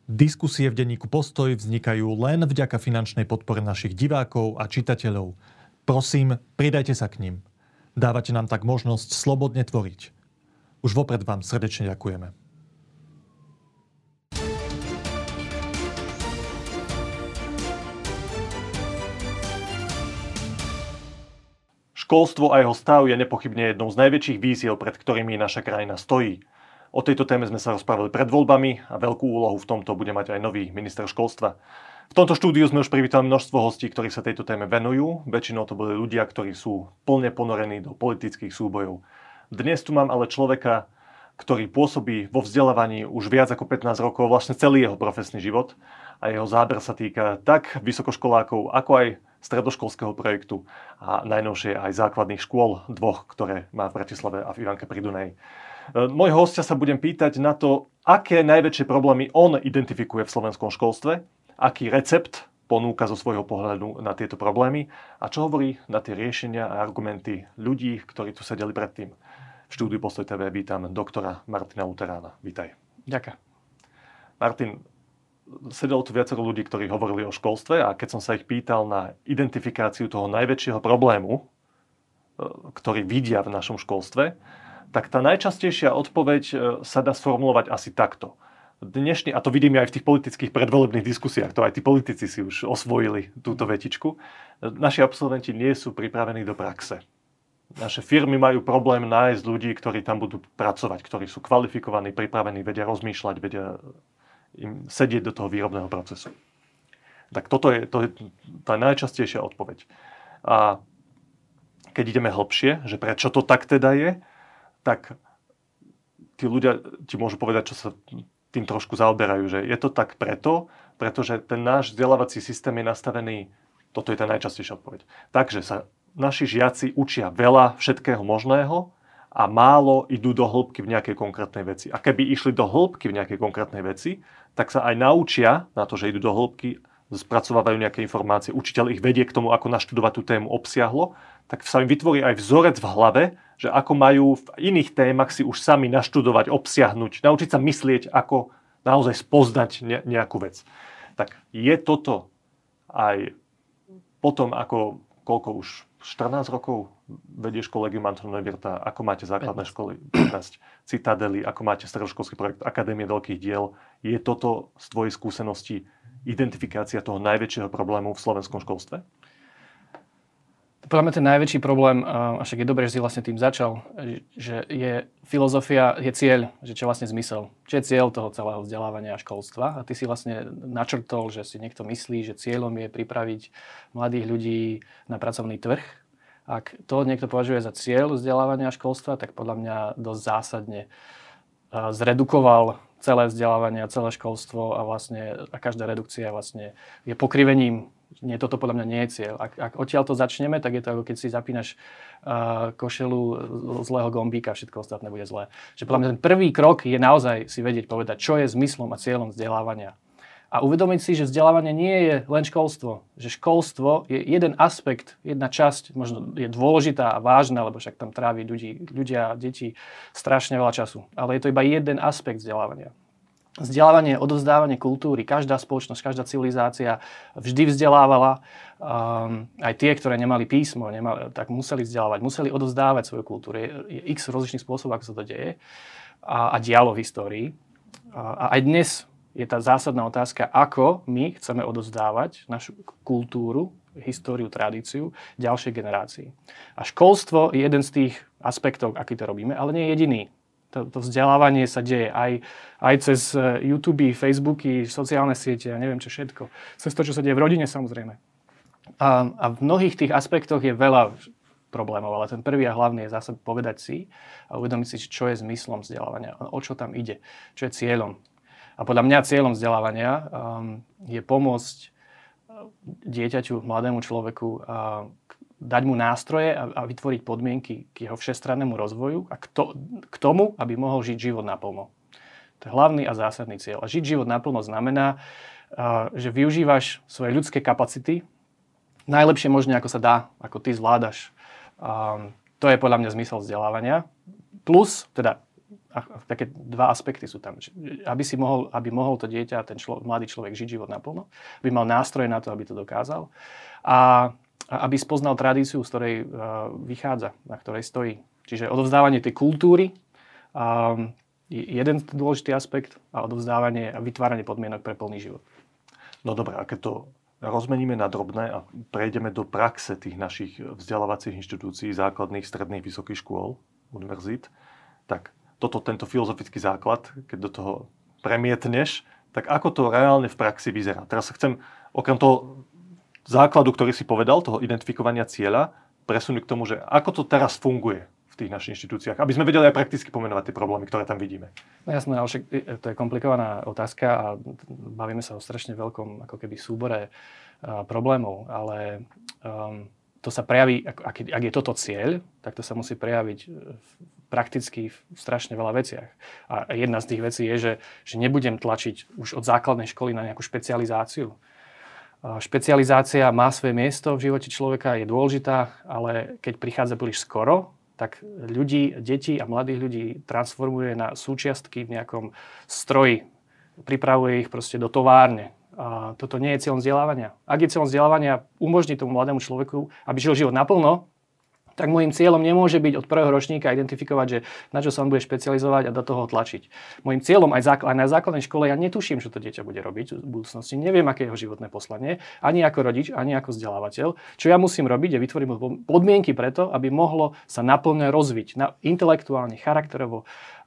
Diskusie v denníku Postoj vznikajú len vďaka finančnej podpore našich divákov a čitateľov. Prosím, pridajte sa k nim. Dávate nám tak možnosť slobodne tvoriť. Už vopred vám srdečne ďakujeme. Školstvo a jeho stav je nepochybne jednou z najväčších výziev, pred ktorými naša krajina stojí. O tejto téme sme sa rozprávali pred voľbami a veľkú úlohu v tomto bude mať aj nový minister školstva. V tomto štúdiu sme už privítali množstvo hostí, ktorí sa tejto téme venujú. Väčšinou to boli ľudia, ktorí sú plne ponorení do politických súbojov. Dnes tu mám ale človeka, ktorý pôsobí vo vzdelávaní už viac ako 15 rokov, vlastne celý jeho profesný život. A jeho záber sa týka tak vysokoškolákov, ako aj stredoškolského projektu a najnovšie aj základných škôl, dvoch, ktoré má v Bratislave a v Ivanke pri Dunaji. Môjho hostia sa budem pýtať na to, aké najväčšie problémy on identifikuje v slovenskom školstve, aký recept ponúka zo svojho pohľadu na tieto problémy a čo hovorí na tie riešenia a argumenty ľudí, ktorí tu sedeli predtým. V štúdiu Postoj TV vítam doktora Martina Luterána. Vítaj. Ďakujem. Martin, sedelo tu viacero ľudí, ktorí hovorili o školstve a keď som sa ich pýtal na identifikáciu toho najväčšieho problému, ktorý vidia v našom školstve, tak tá najčastejšia odpoveď sa dá sformulovať asi takto. Dnešný, a to vidíme aj v tých politických predvolebných diskusiách, to aj tí politici si už osvojili túto vetičku, naši absolventi nie sú pripravení do praxe. Naše firmy majú problém nájsť ľudí, ktorí tam budú pracovať, ktorí sú kvalifikovaní, pripravení, vedia rozmýšľať, vedia im sedieť do toho výrobného procesu. Tak to je tá najčastejšia odpoveď. A keď ideme hlbšie, že prečo to tak teda je, tak tí ľudia ti môžu povedať, čo sa tým trošku zaoberajú, že je to tak pretože ten náš vzdelávací systém je nastavený, toto je tá najčastejšia odpoveď, takže sa naši žiaci učia veľa všetkého možného a málo idú do hĺbky v nejakej konkrétnej veci. A keby išli do hĺbky v nejakej konkrétnej veci, tak sa aj naučia na to, že idú do hĺbky, spracovávajú nejaké informácie, učiteľ ich vedie k tomu, ako naštudovať tú tému obsiahlo, tak sa im vytvorí aj vzorec v hlave, že ako majú v iných témach si už sami naštudovať, obsiahnuť, naučiť sa myslieť, ako naozaj spoznať nejakú vec. Tak je toto aj potom, koľko už 14 rokov vedieš kolegium Antona Neuwirtha, ako máte základné školy, 15 Citadely, ako máte stredoškolský projekt Akadémie veľkých diel. Je toto z tvojej skúsenosti identifikácia toho najväčšieho problému v slovenskom školstve? Podľa mňa ten najväčší problém, a však je dobré, že si vlastne tým začal, že je filozofia, je cieľ, že čo je vlastne zmysel. Čo je cieľ toho celého vzdelávania a školstva. A ty si vlastne načrtol, že si niekto myslí, že cieľom je pripraviť mladých ľudí na pracovný trh. Ak to niekto považuje za cieľ vzdelávania a školstva, tak podľa mňa dosť zásadne zredukoval celé vzdelávanie a celé školstvo a každá redukcia vlastne je pokrivením. Nie, toto podľa mňa nie je cieľ. Ak odtiaľ to začneme, tak je to ako keď si zapínaš košelu zlého gombíka, všetko ostatné bude zlé. Že podľa mňa ten prvý krok je naozaj si vedieť povedať, čo je zmyslom a cieľom vzdelávania. A uvedomiť si, že vzdelávanie nie je len školstvo. Že školstvo je jeden aspekt, jedna časť, možno je dôležitá a vážna, lebo však tam trávi ľudia a deti strašne veľa času. Ale je to iba jeden aspekt vzdelávania. Vzdelávanie, odovzdávanie kultúry, každá spoločnosť, každá civilizácia vždy vzdelávala. Aj tie, ktoré nemali písmo, tak museli vzdelávať, museli odovzdávať svoju kultúru. Je x rozličných spôsobov, ako sa to deje a dialo v histórii. A aj dnes je tá zásadná otázka, ako my chceme odovzdávať našu kultúru, históriu, tradíciu ďalšej generácii. A školstvo je jeden z tých aspektov, aký to robíme, ale nie je jediný. To vzdelávanie sa deje aj cez YouTube, Facebooky, sociálne siete a neviem čo všetko. Cez to, čo sa deje v rodine samozrejme. A v mnohých tých aspektoch je veľa problémov, ale ten prvý a hlavný je zase povedať si a uvedomiť si, čo je zmyslom vzdelávania, o čo tam ide, čo je cieľom. A podľa mňa cieľom vzdelávania je pomôcť dieťaťu, mladému človeku dať mu nástroje a vytvoriť podmienky k jeho všestrannému rozvoju a k tomu, aby mohol žiť život naplno. To je hlavný a zásadný cieľ. A žiť život naplno znamená, že využívaš svoje ľudské kapacity najlepšie možne, ako sa dá, ako ty zvládaš. To je podľa mňa zmysel vzdelávania. Plus, teda také dva aspekty sú tam. Aby mohol to dieťa, mladý človek žiť život naplno, aby mal nástroje na to, aby to dokázal a aby spoznal tradíciu, z ktorej vychádza, na ktorej stojí. Čiže odovzdávanie tej kultúry je jeden dôležitý aspekt a odovzdávanie a vytváranie podmienok pre plný život. No dobré, a keď to rozmeníme na drobné a prejdeme do praxe tých našich vzdelávacích inštitúcií, základných, stredných, vysokých škôl, univerzít, tak tento filozofický základ, keď do toho premietneš, tak ako to reálne v praxi vyzerá? Teraz sa chcem, okrem toho základu, ktorý si povedal, toho identifikovania cieľa, presunúť k tomu, že ako to teraz funguje v tých našich inštitúciách, aby sme vedeli aj prakticky pomenovať tie problémy, ktoré tam vidíme. No jasné, ale však to je komplikovaná otázka a bavíme sa o strašne veľkom ako keby súbore problémov, ale to sa prejaví, ak je toto cieľ, tak to sa musí prejaviť prakticky v strašne veľa veciach. A jedna z tých vecí je, že nebudem tlačiť už od základnej školy na nejakú špecializáciu. Špecializácia má svoje miesto v živote človeka, je dôležitá, ale keď prichádza príliš skoro, tak ľudí, deti a mladých ľudí transformuje na súčiastky v nejakom stroji. Pripravuje ich proste do továrne. A toto nie je cieľom vzdelávania. Ak je cieľom vzdelávania umožniť tomu mladému človeku, aby žil život naplno, tak môjim cieľom nemôže byť od prvého ročníka identifikovať, že na čo sa on bude špecializovať a do toho tlačiť. Môjim cieľom aj na základnej škole, ja netuším, čo to dieťa bude robiť v budúcnosti, neviem, aké je jeho životné poslanie, ani ako rodič, ani ako vzdelávateľ. Čo ja musím robiť, je vytvoriť podmienky preto, aby mohlo sa naplno rozviť intelektuálne, charakterovo,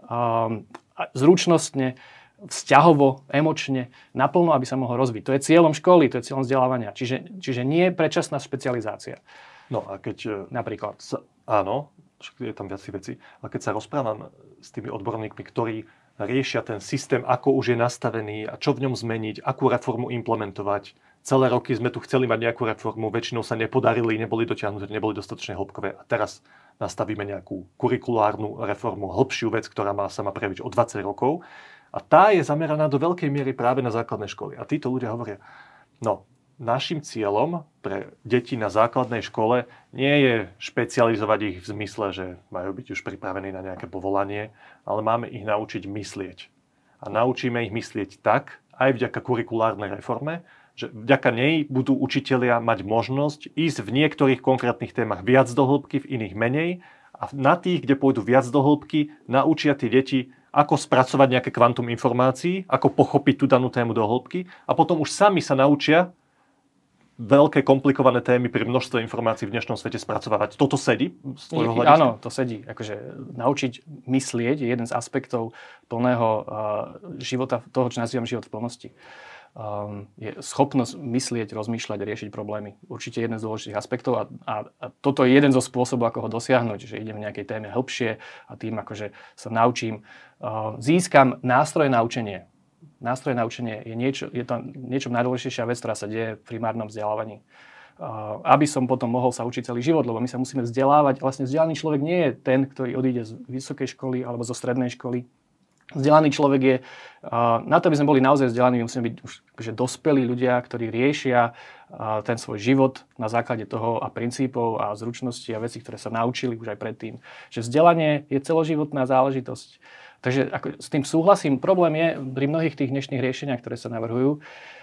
zručnostne, vzťahovo, emočne, naplno, aby sa mohol rozviť. To je cieľom školy, to je cieľom vzdelávania. Čiže nie je predčasná špecializácia. No a keď... Napríklad. Áno, je tam viac veci. A keď sa rozprávam s tými odborníkmi, ktorí riešia ten systém, ako už je nastavený a čo v ňom zmeniť, akú reformu implementovať. Celé roky sme tu chceli mať nejakú reformu, väčšinou sa nepodarili, neboli dotiahnuté, neboli dostatočne hĺbkové. A teraz nastavíme nejakú kurikulárnu reformu, hĺbšiu vec, ktorá sa má prejaviť o 20 rokov. A tá je zameraná do veľkej miery práve na základné školy. A títo ľudia hovoria, no, našim cieľom pre deti na základnej škole nie je špecializovať ich v zmysle, že majú byť už pripravení na nejaké povolanie, ale máme ich naučiť myslieť. A naučíme ich myslieť tak, aj vďaka kurikulárnej reforme, že vďaka nej budú učitelia mať možnosť ísť v niektorých konkrétnych témach viac do hĺbky, v iných menej. A na tých, kde pôjdu viac do hĺbky, naučia tie deti, ako spracovať nejaké kvantum informácií, ako pochopiť tú danú tému do hĺbky a potom už sami sa naučia veľké komplikované témy pri množstve informácií v dnešnom svete spracovávať. Toto sedí z tvojho hľadiska? Áno, to sedí. Akože naučiť myslieť je jeden z aspektov plného života, toho, čo nazývam život v plnosti. Je schopnosť myslieť, rozmýšľať, riešiť problémy. Určite jeden z dôležitých aspektov a toto je jeden zo spôsobov, ako ho dosiahnuť, že idem v nejakej téme hĺbšie a tým akože sa naučím, získam nástroj na učenie. Nástroj na učenie je to niečo najdôležitejšia vec, ktorá sa deje v primárnom vzdelávaní. Aby som potom mohol sa učiť celý život, lebo my sa musíme vzdelávať. Vlastne vzdelaný človek nie je ten, ktorý odíde z vysokej školy alebo zo strednej školy. Vzdelaný človek je, na to, aby sme boli naozaj vzdelaní, musíme byť už dospelí ľudia, ktorí riešia ten svoj život na základe toho a princípov a zručností a vecí, ktoré sa naučili už aj predtým. Že vzdelanie je celoživotná záležitosť. Takže s tým súhlasím. Problém je pri mnohých tých dnešných riešeniach, ktoré sa navrhujú,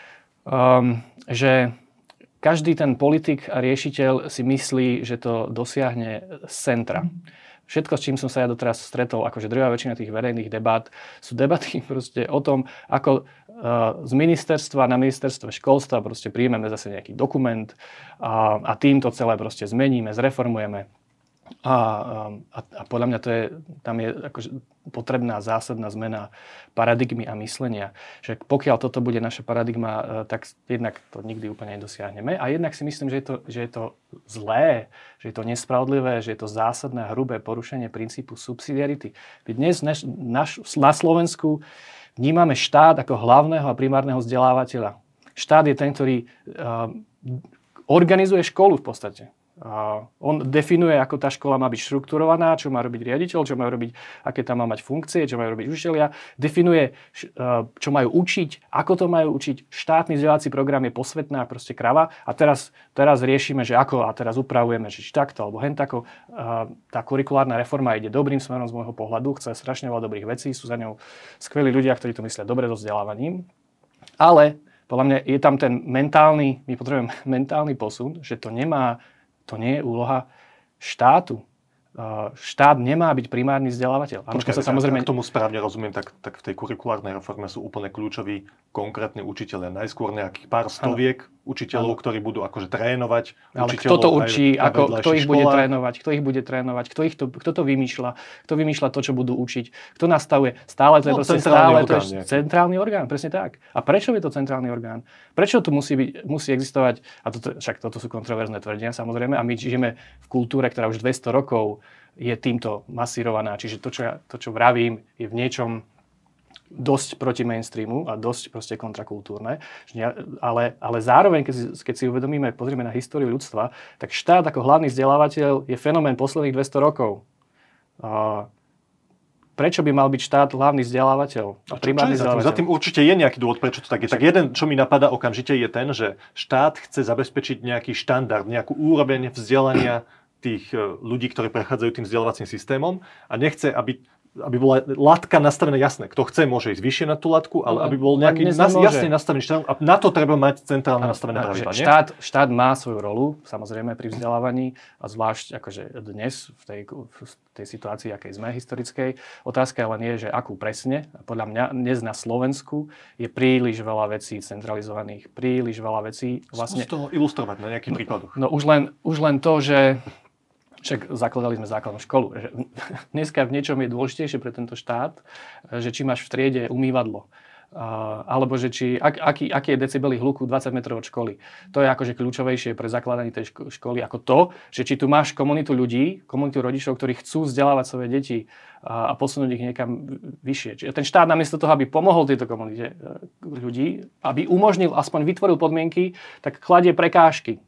že každý ten politik a riešiteľ si myslí, že to dosiahne z centra. Všetko, s čím som sa ja doteraz stretol, akože drvivá väčšina tých verejných debát, sú debaty proste o tom, ako z ministerstva na ministerstve školstva proste príjmeme zase nejaký dokument a týmto celé proste zmeníme, zreformujeme. A podľa mňa tam je akože potrebná zásadná zmena paradigmy a myslenia. Že pokiaľ toto bude naša paradigma, tak jednak to nikdy úplne nedosiahneme. A jednak si myslím, že je to zlé, že je to nespravodlivé, že je to zásadné, hrubé porušenie princípu subsidiarity. Dnes na Slovensku vnímame štát ako hlavného a primárneho vzdelávateľa. Štát je ten, ktorý organizuje školu v podstate. On definuje, ako tá škola má byť štrukturovaná, čo má robiť riaditeľ, čo má robiť, aké tam má mať funkcie, čo majú robiť učitelia. Definuje, čo majú učiť, ako to majú učiť. Štátny vzdelávací program je posvetná proste krava a teraz riešime, že ako a teraz upravujeme, či takto alebo hen tako. Tá kurikulárna reforma ide dobrým smerom z môjho pohľadu, chce strašne veľa dobrých vecí, sú za ňou skvelí ľudia, ktorí to myslia dobre so vzdelávaním. Ale podľa mňa je tam ten my potrebujeme mentálny posun, že to nie je úloha štátu. Štát nemá byť primárny vzdelávateľ. Počkaj, samozrejme... Ak tomu správne rozumiem, tak v tej kurikulárnej reforme sú úplne kľúčoví konkrétni učitelia. Najskôr nejakých pár stoviek učiteľov, ktorí budú akože trénovať ale učiteľov. Kto to učí, kto ich bude trénovať, kto to vymýšľa, kto vymýšľa to, čo budú učiť, kto nastavuje. Stále to je proste centrálny orgán, presne tak. A prečo je to centrálny orgán? Prečo tu musí existovať, a však toto sú kontroverzné tvrdenia samozrejme, a my žijeme v kultúre, ktorá už 200 rokov je týmto masírovaná. Čiže to, čo vravím, je v niečom dosť proti mainstreamu a dosť proste kontrakultúrne. Ale zároveň, keď si uvedomíme, pozrieme na históriu ľudstva, tak štát ako hlavný vzdelávateľ je fenomén posledných 200 rokov. Prečo by mal byť štát hlavný vzdelávateľ? Za tým určite je nejaký dôvod, prečo to tak je. Tak jeden, čo mi napadá okamžite, je ten, že štát chce zabezpečiť nejaký štandard, nejakú úroveň vzdelania tých ľudí, ktorí prechádzajú tým vzdelávacím systémom a nechce, aby bola latka nastavená jasne. Kto chce, môže ísť vyššie na tú latku, ale aby bol nejaký jasne nastavený štát a na to treba mať centrálne nastavené pravidlá. Štát má svoju rolu, samozrejme, pri vzdelávaní a zvlášť akože dnes v tej situácii, akej sme historickej. Otázka len je, že akú presne. Podľa mňa dnes na Slovensku je príliš veľa vecí centralizovaných, príliš veľa vecí. Skús to ilustrovať na nejakých príkladoch. No už len to, že však zakladali sme základnú školu. Dneska v niečom je dôležitejšie pre tento štát, že či máš v triede umývadlo. Alebo že aký je decibely hluku 20 metrov od školy. To je akože kľúčovejšie pre zakladanie tej školy ako to, že či tu máš komunitu ľudí, komunitu rodičov, ktorí chcú vzdelávať svoje deti a posunúť ich niekam vyššie. Čiže ten štát namiesto toho, aby pomohol tejto komunite ľudí, aby umožnil, aspoň vytvoril podmienky, tak kladie prekážky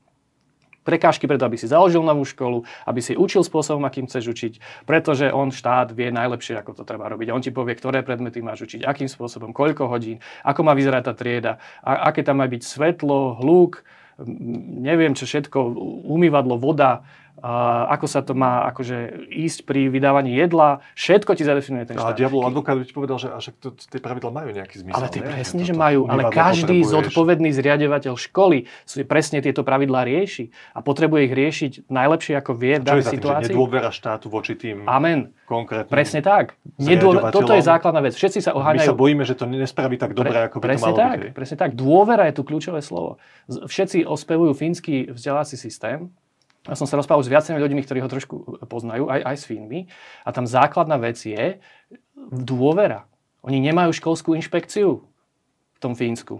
preto, aby si založil novú školu, aby si učil spôsobom, akým chceš učiť, pretože štát vie najlepšie, ako to treba robiť. On ti povie, ktoré predmety máš učiť, akým spôsobom, koľko hodín, ako má vyzerať tá trieda, aké tam má byť svetlo, hluk, neviem čo všetko, umývadlo, voda, ako sa to má akože ísť pri vydávaní jedla, všetko ti zadefinuje ten štát. Ale diablov advokát by ti povedal, že tie pravidlá majú nejaký zmysel. Ale presne, že majú, ale každý zodpovedný zriaďovateľ školy si presne tieto pravidlá rieši a potrebuje ich riešiť najlepšie, ako vie v danej situácii. Nedôvera štátu voči tým konkrétnym. Presne tak. Toto je základná vec. Všetci sa oháňajú. My sa bojíme, že to nespraví tak dobre, ako by to malo byť. Presne tak. Dôvera je tu kľúčové slovo. Všetci ospevujú fínsky vzdelávací systém. Ja som sa rozprával s viacerými ľuďmi, ktorí ho trošku poznajú, aj s Fínmi. A tam základná vec je dôvera. Oni nemajú školskú inšpekciu v tom Fínsku.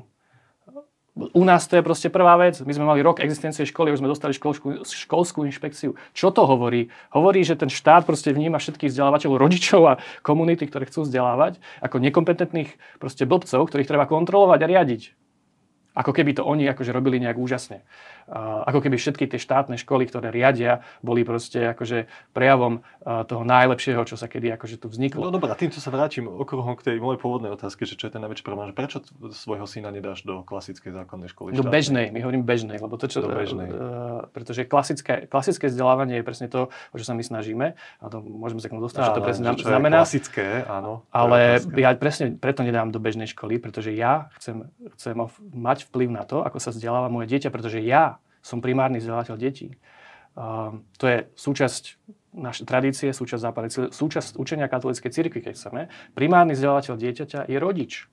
U nás to je proste prvá vec. My sme mali rok existencie školy, už sme dostali školskú inšpekciu. Čo to hovorí? Hovorí, že ten štát proste vníma všetkých vzdelávateľov, rodičov a komunity, ktoré chcú vzdelávať, ako nekompetentných proste blbcov, ktorých treba kontrolovať a riadiť. Ako keby to oni akože robili nejak úžasne. Ako keby všetky tie štátne školy, ktoré riadia, boli proste akože prejavom toho najlepšieho, čo sa kedy akože tu vzniklo. No dobré, a týmto sa vrátim okruhom k tej mojej pôvodnej otázke, že čo je ten najväčší problém, že prečo svojho syna nedáš do klasickej základnej školy? Do bežnej, my hovorím bežnej, lebo to čo do bežnej. Pretože klasické vzdelávanie je presne to, o čo sa my snažíme, a to môžeme sa k tomu dostať, čo to presne znamená. Klasické, áno. Ale ja presne preto nedám do bežnej školy, pretože ja chcem mať vplyv na to, ako sa vzdeláva moje dieťa, pretože ja som primárny vzdelávateľ detí. To je súčasť našej tradície, súčasť západnej, súčasť učenia katolíckej cirkvi, keď chceme. Primárny vzdelávateľ dieťaťa je rodič.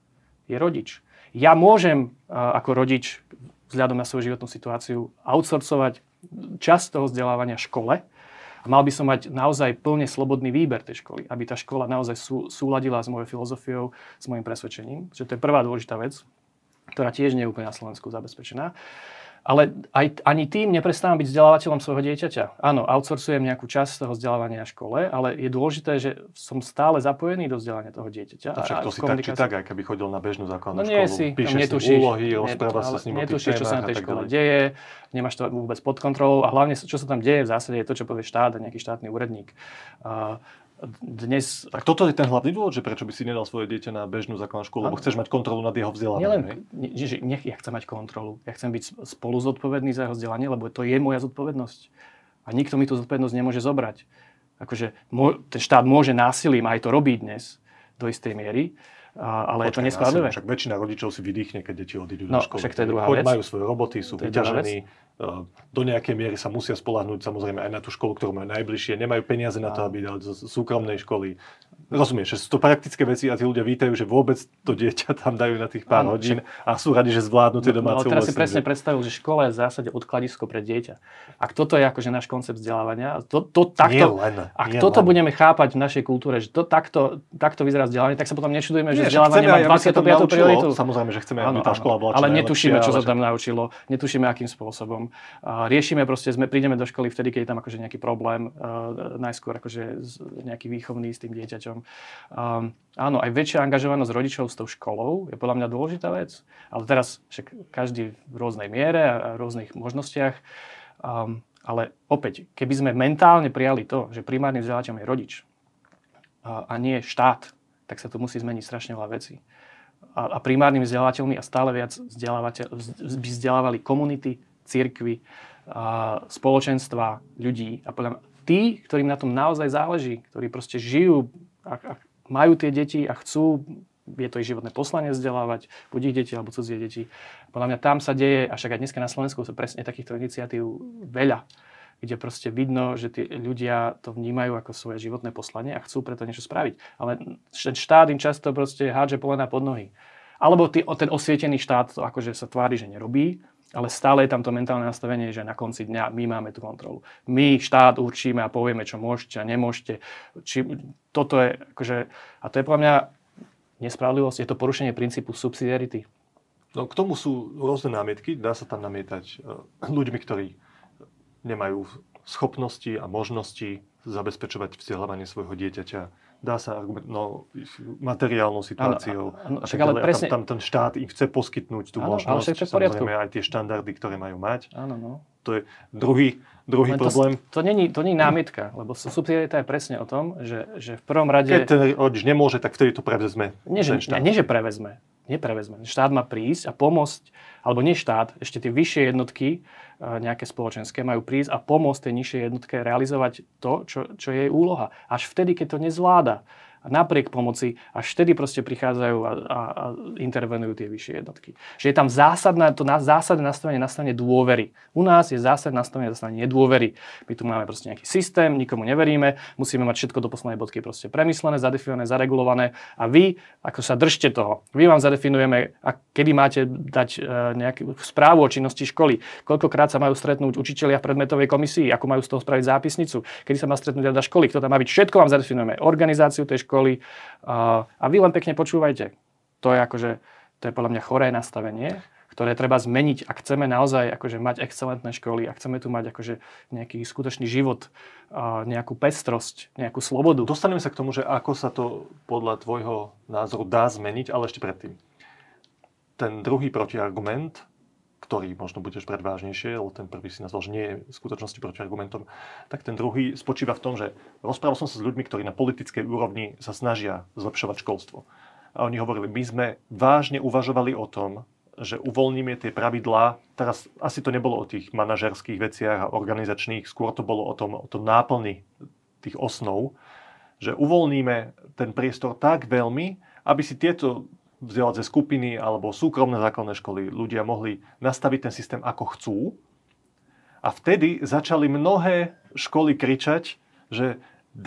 Ja môžem ako rodič, vzhľadom na svoju životnú situáciu, outsourcovať časť toho vzdelávania škole a mal by som mať naozaj plne slobodný výber tej školy, aby tá škola naozaj súladila s mojou filozofiou, s mojim presvedčením. Čiže to je prvá dôležitá vec, ktorá tiež nie je úplne na Slovensku zabezpečená. Ale ani tým neprestávam byť vzdelávateľom svojho dieťaťa. Áno, outsourcujem nejakú časť toho vzdelávania škole, ale je dôležité, že som stále zapojený do vzdelávania toho dieťaťa. A však to si tak či tak, aj keby chodil na bežnú základnú nie školu. si, Píšeš si úlohy, rozprávaš sa s ním o tých témach čo sa na tej a tak škole ďalej. deje, nemáš to vôbec pod kontrolou a hlavne, čo sa tam deje v zásade je to, čo povie štát a nejaký štátny úradník. Dnes... Tak toto je ten hlavný dôvod, že prečo by si nedal svoje dieťa na bežnú základnú školu, lebo chceš mať kontrolu nad jeho vzdelávaním. Ja chcem mať kontrolu. Ja chcem byť spolu zodpovedný za jeho vzdelanie, lebo to je moja zodpovednosť. A nikto mi tú zodpovednosť nemôže zobrať. Akože ten štát môže násilím, aj to robí dnes, do istej miery, ale je to nespravodlivé. Však väčšina rodičov si vydýchne, keď deti odídu do školy. Však to je druhá vec. Majú svoje roboty, sú vyťažení. Do nejakej miery sa musia spoľahnúť samozrejme aj na tú školu, ktorú majú najbližšie. Nemajú peniaze na to, aby dali zo súkromnej školy. Rozumieš, že sú to praktické veci a tí ľudia vítajú, že vôbec to dieťa tam dajú na tých pár hodín a sú radi, že zvládnu tie domáce úlohy. Ale teraz si presne predstavujú, že škola je v zásade odkladisko pre dieťa. Ak toto je akože náš koncept vzdelávania, toto budeme chápať v našej kultúre, že to takto vyzerá vzdelávanie, tak sa potom nečudujeme, že vzdelávanie má 25. prioritu. Samozrejme, že chceme, aby tá škola bola čo ale netušíme, čo sa tam naučilo, netušíme, akým spôsobom. Riešime proste, prídeme do školy vtedy, keď je tam akože nejaký problém, najskôr akože nejaký výchovný s tým dieťaťom. Áno, aj väčšia angažovanosť rodičov s tou školou je podľa mňa dôležitá vec, ale teraz však každý v rôznej miere a rôznych možnostiach. Ale opäť, keby sme mentálne prijali to, že primárnym vzdelávateľom je rodič a nie štát, tak sa tu musí zmeniť strašne veľa vecí. A primárnymi vzdelávateľmi a stále viac by vzdelávali komunity, cirkvi, spoločenstva, ľudí. A podľa mňa tí, ktorým na tom naozaj záleží, ktorí proste žijú a majú tie deti a chcú, je to ich životné poslanie vzdelávať, buď ich deti alebo cudzie deti. Podľa mňa tam sa deje, a však aj dneska na Slovensku sú presne takýchto iniciatív veľa, kde proste vidno, že tí ľudia to vnímajú ako svoje životné poslanie a chcú preto niečo spraviť. Ale ten štát im často proste hádže polená pod nohy. Alebo ten osvietený štát to akože sa tvári, že nerobí, ale stále je tam to mentálne nastavenie, že na konci dňa my máme tú kontrolu. My, štát, určíme a povieme, čo môžete a nemôžete. Toto je akože, a to je podľa mňa nespravodlivosť, je to porušenie princípu subsidiarity. No k tomu sú rôzne námietky, dá sa tam namietať ľuďmi, ktorí nemajú schopnosti a možnosti zabezpečovať vzdelávanie svojho dieťaťa. Dá sa materiálnou situáciou. Ale presne... tam ten štát im chce poskytnúť tú možnosť. Samozrejme aj tie štandardy, ktoré majú mať. Áno. To je druhý problém. To nie je námietka, lebo subsidiarita je presne o tom, že v prvom rade... Keď ten rodič nemôže, tak vtedy to prevezme. Nie, že prevezme. Neprevezme. Štát má prísť a pomôcť, alebo nie štát, ešte tie vyššie jednotky, nejaké spoločenské, majú prísť a pomôcť tej nižšej jednotke realizovať to, čo je jej úloha. Až vtedy, keď to nezvláda. A napriek pomoci, až vtedy proste prichádzajú a intervenujú tie vyššie jednotky. Že je tam zásadné nastavenie dôvery. U nás je zásadné nastavenie nedôvery. My tu máme proste nejaký systém, nikomu neveríme, musíme mať všetko do poslednej bodky proste premyslené, zadefinované, zaregulované a vy, ako sa držte toho. My vám zadefinujeme, kedy máte dať nejakú správu o činnosti školy, koľkokrát sa majú stretnúť učitelia v predmetovej komisii, ako majú z toho spraviť zápisnicu, kedy sa má stretnúť rada školy, kto tam má byť, všetko vám zadefinujeme, organizáciu tej školy a vy len pekne počúvajte. To je podľa mňa choré nastavenie, ktoré treba zmeniť, ak chceme naozaj akože mať excelentné školy, ak chceme tu mať akože nejaký skutočný život, nejakú pestrosť, nejakú slobodu. Dostaneme sa k tomu, že ako sa to podľa tvojho názoru dá zmeniť, ale ešte predtým. Ten druhý protiargument, ktorý možno budeš brať vážnejšie, lebo ten prvý si nazval, že nie je v skutočnosti protiargumentom, tak ten druhý spočíva v tom, že rozprával som sa s ľuďmi, ktorí na politickej úrovni sa snažia zlepšovať školstvo. A oni hovorili, my sme vážne uvažovali o tom, že uvoľníme tie pravidlá. Teraz asi to nebolo o tých manažerských veciach a organizačných, skôr to bolo o tom náplni tých osnov, že uvoľníme ten priestor tak veľmi, aby si tieto vzdelávacie skupiny alebo súkromné základné školy ľudia mohli nastaviť ten systém ako chcú. A vtedy začali mnohé školy kričať, že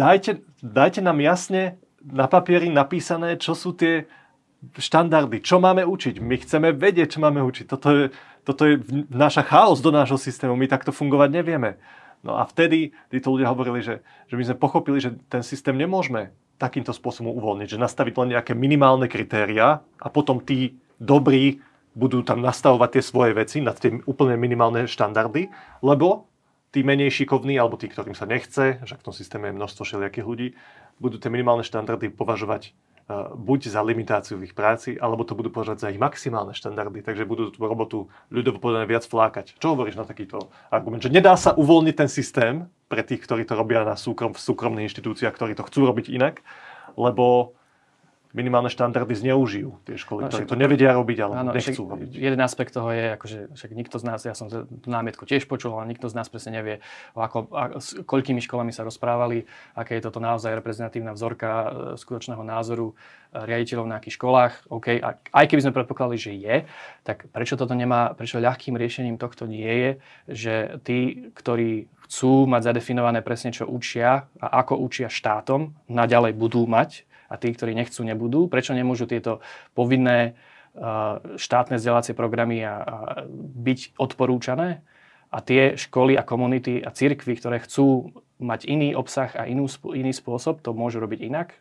dajte nám jasne na papieri napísané, čo sú tie štandardy, čo máme učiť. My chceme vedieť, čo máme učiť. Toto je vnáša chaos do nášho systému. My takto fungovať nevieme. No a vtedy títo ľudia hovorili, že my sme pochopili, že ten systém nemôžeme takýmto spôsobom uvoľniť, že nastaviť len nejaké minimálne kritériá a potom tí dobrí budú tam nastavovať tie svoje veci na tie úplne minimálne štandardy, lebo tí menej šikovní, alebo tí, ktorým sa nechce, že v tom systéme je množstvo všelijakých ľudí, budú tie minimálne štandardy považovať buď za limitáciu v ich práci, alebo to budú považovať za ich maximálne štandardy, takže budú tú robotu ľudovo povedané viac flákať. Čo hovoríš na takýto argument? Že nedá sa uvoľniť ten systém pre tých, ktorí to robia v súkromných inštitúciách, ktorí to chcú robiť inak, lebo minimálne štandardy zneužijú tie školy, ktoré to nevedia robiť, ale nechcú robiť. Jeden aspekt toho je, akože však nikto z nás, ja som tú námietku tiež počul, ale nikto z nás presne nevie, s koľkými školami sa rozprávali, aké je toto naozaj reprezentatívna vzorka skutočného názoru riaditeľov na nejakých školách. OK, a aj keby sme predpokladali, že je, tak prečo ľahkým riešením tohto nie je, že tí, ktorí chcú mať zadefinované presne, čo učia a ako učia štátom, naďalej budú mať, a tí, ktorí nechcú, nebudú. Prečo nemôžu tieto povinné štátne vzdelávacie programy byť odporúčané? A tie školy a komunity a cirkvy, ktoré chcú mať iný obsah a iný spôsob, to môžu robiť inak.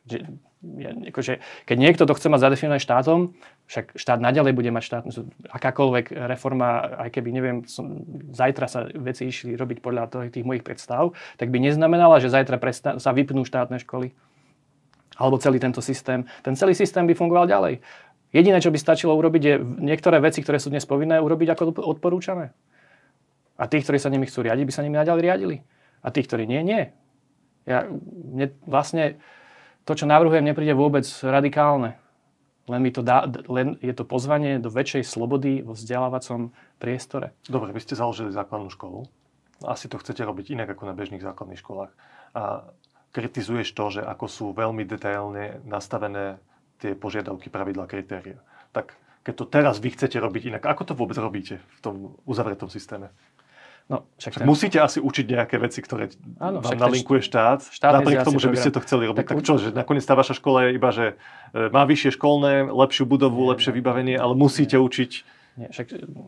Keď niekto to chce mať zadefinované štátom, však štát naďalej bude mať akákoľvek reforma, aj keby, neviem, zajtra sa veci išli robiť podľa tých mojich predstav, tak by neznamenala, že zajtra sa vypnú štátne školy. Alebo celý tento systém. Ten celý systém by fungoval ďalej. Jediné, čo by stačilo urobiť, je niektoré veci, ktoré sú dnes povinné, urobiť ako odporúčané. A tí, ktorí sa nimi chcú riadiť, by sa nimi naďalej riadili. A tí, ktorí nie. Vlastne to, čo navrhujem, nepríde vôbec radikálne. Len je to pozvanie do väčšej slobody vo vzdelávacom priestore. Dobre, vy ste založili základnú školu. Asi to chcete robiť inak ako na bežných základných školách. A kritizuješ to, že ako sú veľmi detailne nastavené tie požiadavky, pravidlá, kritéria. Tak keď to teraz vy chcete robiť inak, ako to vôbec robíte v tom uzavretom systéme? No, musíte asi učiť nejaké veci, ktoré vám nalinkuje štát, napriek tomu, že by ste to chceli robiť. Tak čo, že nakoniec tá vaša škola je iba, že má vyššie školné, lepšiu budovu, lepšie vybavenie, ale musíte učiť. Nie, však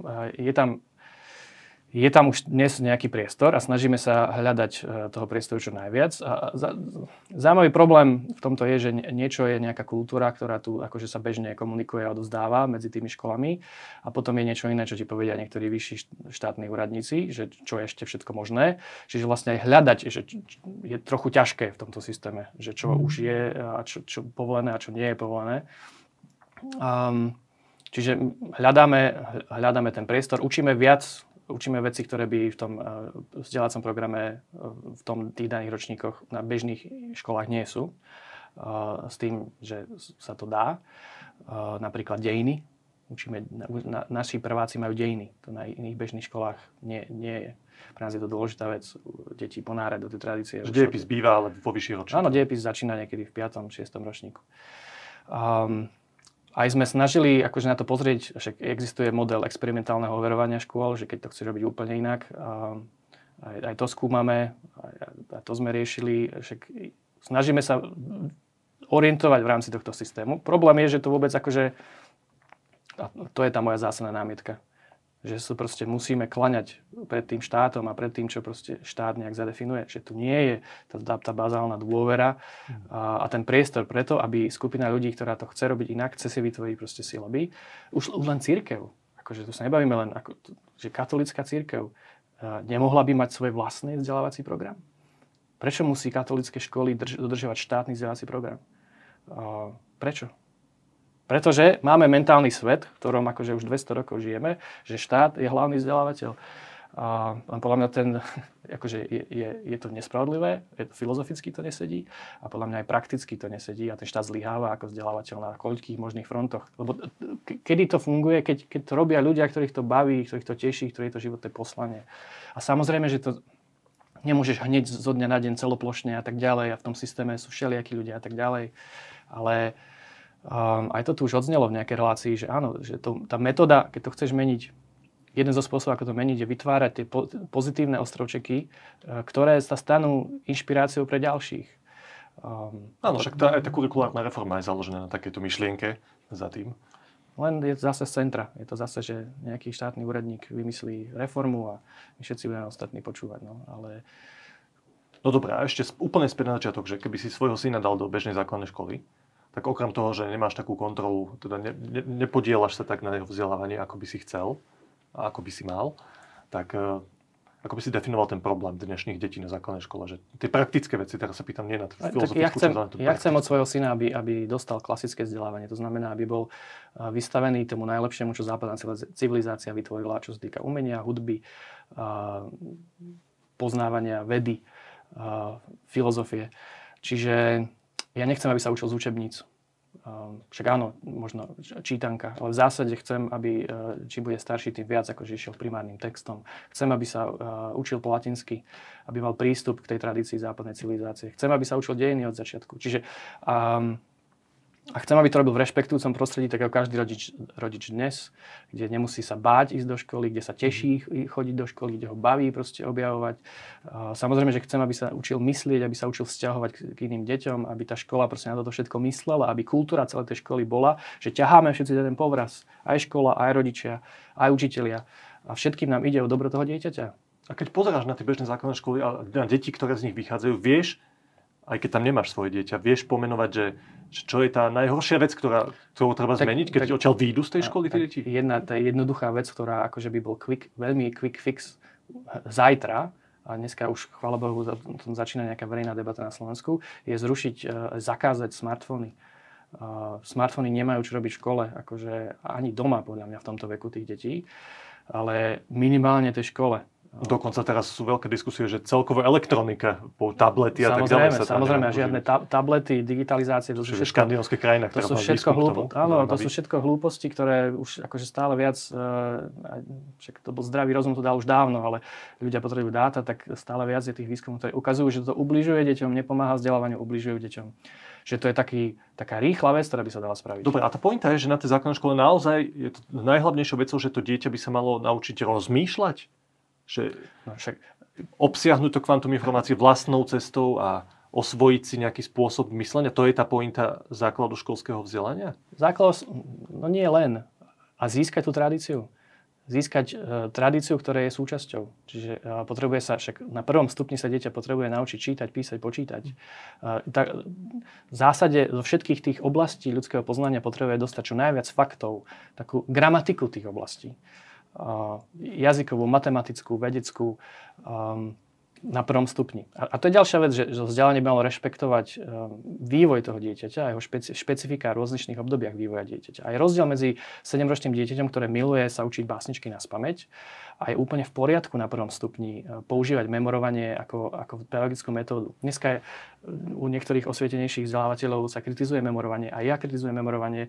je tam už dnes nejaký priestor a snažíme sa hľadať toho priestoru čo najviac. A zaujímavý problém v tomto je, že niečo je nejaká kultúra, ktorá tu akože sa bežne komunikuje a odovzdáva medzi tými školami a potom je niečo iné, čo ti povedia niektorí vyšší štátni úradníci, že čo je ešte všetko možné. Čiže vlastne aj hľadať, že je trochu ťažké v tomto systéme, že čo už je a čo povolené a čo nie je povolené. Čiže hľadáme ten priestor, učíme veci, ktoré by v tom vzdelávacom programe v tých daných ročníkoch na bežných školách nie sú. S tým, že sa to dá. Napríklad dejiny. Naši prváci majú dejiny. To na iných bežných školách nie je. Pre nás je to dôležitá vec. Deti ponárať do tej tradície. Dejepis býva, ale vo vyšších ročníkoch. Áno, dejepis začína niekedy v 5. 6. ročníku. Aj sme snažili akože na to pozrieť, že existuje model experimentálneho overovania škôl, že keď to chce robiť úplne inak, aj to skúmame, aj to sme riešili. Snažíme sa orientovať v rámci tohto systému. Problém je, že to vôbec akože, a to je tá moja zásadná námietka, že sa proste musíme klaňať pred tým štátom a pred tým, čo proste štát nejak zadefinuje. Že tu nie je tá bazálna dôvera a ten priestor preto, aby skupina ľudí, ktorá to chce robiť inak, chce si vytvoriť proste si lobby. Už len cirkev. Akože tu sa nebavíme len, že katolícka cirkev nemohla by mať svoj vlastný vzdelávací program? Prečo musí katolícke školy dodržiavať štátny vzdelávací program? Prečo? Pretože máme mentálny svet, v ktorom akože už 200 rokov žijeme, že štát je hlavný vzdelávateľ. A podľa mňa akože je to nespravodlivé, filozoficky to nesedí a podľa mňa aj prakticky to nesedí a ten štát zlyháva ako vzdelávateľ na koľkých možných frontoch. Lebo kedy to funguje, keď to robia ľudia, ktorých to baví, ktorých to teší, ktorých to životné poslanie. A samozrejme, že to nemôžeš hneď zo dňa na deň celoplošne a tak ďalej a v tom systéme sú všelijakí ľudia a tak ďalej. Ale aj to tu už odznelo v nejakej relácii, že áno, že tá metóda, keď to chceš meniť, jeden zo spôsobov, ako to meniť, je vytvárať tie pozitívne ostrovčeky, ktoré sa stanú inšpiráciou pre ďalších. Áno, však tá kurikulárna reforma je založená na takéto myšlienke za tým. Len je zase z centra. Je to zase, že nejaký štátny úradník vymyslí reformu a my všetci budeme ostatní počúvať. No dobré, a ešte úplne späť na začiatok, že keby si svojho syna dal do bežnej základnej školy, tak okrem toho, že nemáš takú kontrolu, teda nepodielaš sa tak na jeho vzdelávaní, ako by si chcel a ako by si mal, tak ako by si definoval ten problém dnešných detí na základnej škole? Že tie praktické veci, teraz sa pýtam nie na filozofickú časť. Ja chcem od svojho syna, aby dostal klasické vzdelávanie. To znamená, aby bol vystavený tomu najlepšiemu, čo západná civilizácia vytvorila, čo sa týka umenia, hudby, poznávania, vedy, filozofie. Čiže ja nechcem, aby sa učil z učebníc. Však áno, možno čítanka, ale v zásade chcem, aby čím bude starší, tým viac akože išiel primárnym textom. Chcem, aby sa učil po latinsky, aby mal prístup k tej tradícii západnej civilizácie. Chcem, aby sa učil dejiny od začiatku. Čiže a chcem, aby to robil v rešpektujúcom prostredí, tak ako každý rodič dnes, kde nemusí sa báť ísť do školy, kde sa teší chodiť do školy, kde ho baví proste objavovať. Samozrejme, že chcem, aby sa učil myslieť, aby sa učil vzťahovať k iným deťom, aby tá škola proste na toto všetko myslela, aby kultúra celej tej školy bola, že ťaháme všetci za ten povraz. Aj škola, aj rodičia, aj učitelia. A všetkým nám ide o dobro toho dieťaťa. A keď pozeráš na tie bežné základné školy a na deti, ktoré z nich vychádzajú, vieš, aj keď tam nemáš svoje dieťa, vieš pomenovať, že čo je tá najhoršia vec, ktorú treba zmeniť, keď odtiaľ výjdu z tej školy tie deti? Tá jednoduchá vec, ktorá akože by bol veľmi quick fix zajtra, a dneska už, chvála Bohu, začína nejaká verejná debata na Slovensku, je zakázať smartfóny. Smartfóny nemajú čo robiť v škole, akože ani doma, podľa mňa, v tomto veku tých detí, ale minimálne tej škole. Dokonca teraz sú veľké diskusie, že celkovo elektronika, tablety a tak ďalej. Samozrejme, žiadne tablety, digitalizácie, to sú všetko škandinávske krajinách. To sú všetko hlúposti, ktoré už akože stále viac, však to bol zdravý rozum, to dal už dávno, ale ľudia potrebujú dáta, tak stále viac je tých výskumov, ktoré ukazujú, že to ubližuje deťom, nepomáha vzdelávaniu, ubližujú deťom. Že to je taká rýchla vec, ktorá by sa dala spraviť. Dobre, a tá pointa je, že na tej základnej škole naozaj je to najhlavnejšou vecou, že to dieťa by sa malo naučiť rozmýšľať. Že obsiahnuť to kvantum informácií vlastnou cestou a osvojiť si nejaký spôsob myslenia. To je tá pointa základu školského vzdelania? No nie len. A získať tú tradíciu. Získať tradíciu, ktorej je súčasťou. Čiže potrebuje sa, však na prvom stupni sa dieťa potrebuje naučiť čítať, písať, počítať. V zásade zo všetkých tých oblastí ľudského poznania potrebuje dostať čo najviac faktov, takú gramatiku tých oblastí. Jazykovú, matematickú, vedeckú na prvom stupni. A to je ďalšia vec, že vzdelanie by malo rešpektovať vývoj toho dieťaťa a jeho špecifika v rozličných obdobiach vývoja dieťaťa. A je rozdiel medzi 7-ročným dieťaťom, ktoré miluje sa učiť básničky naspamäť, a je úplne v poriadku na prvom stupni používať memorovanie ako pedagogickú metódu. Dneska je u niektorých osvietenejších vzdelávateľov sa kritizuje memorovanie, a ja kritizujem memorovanie.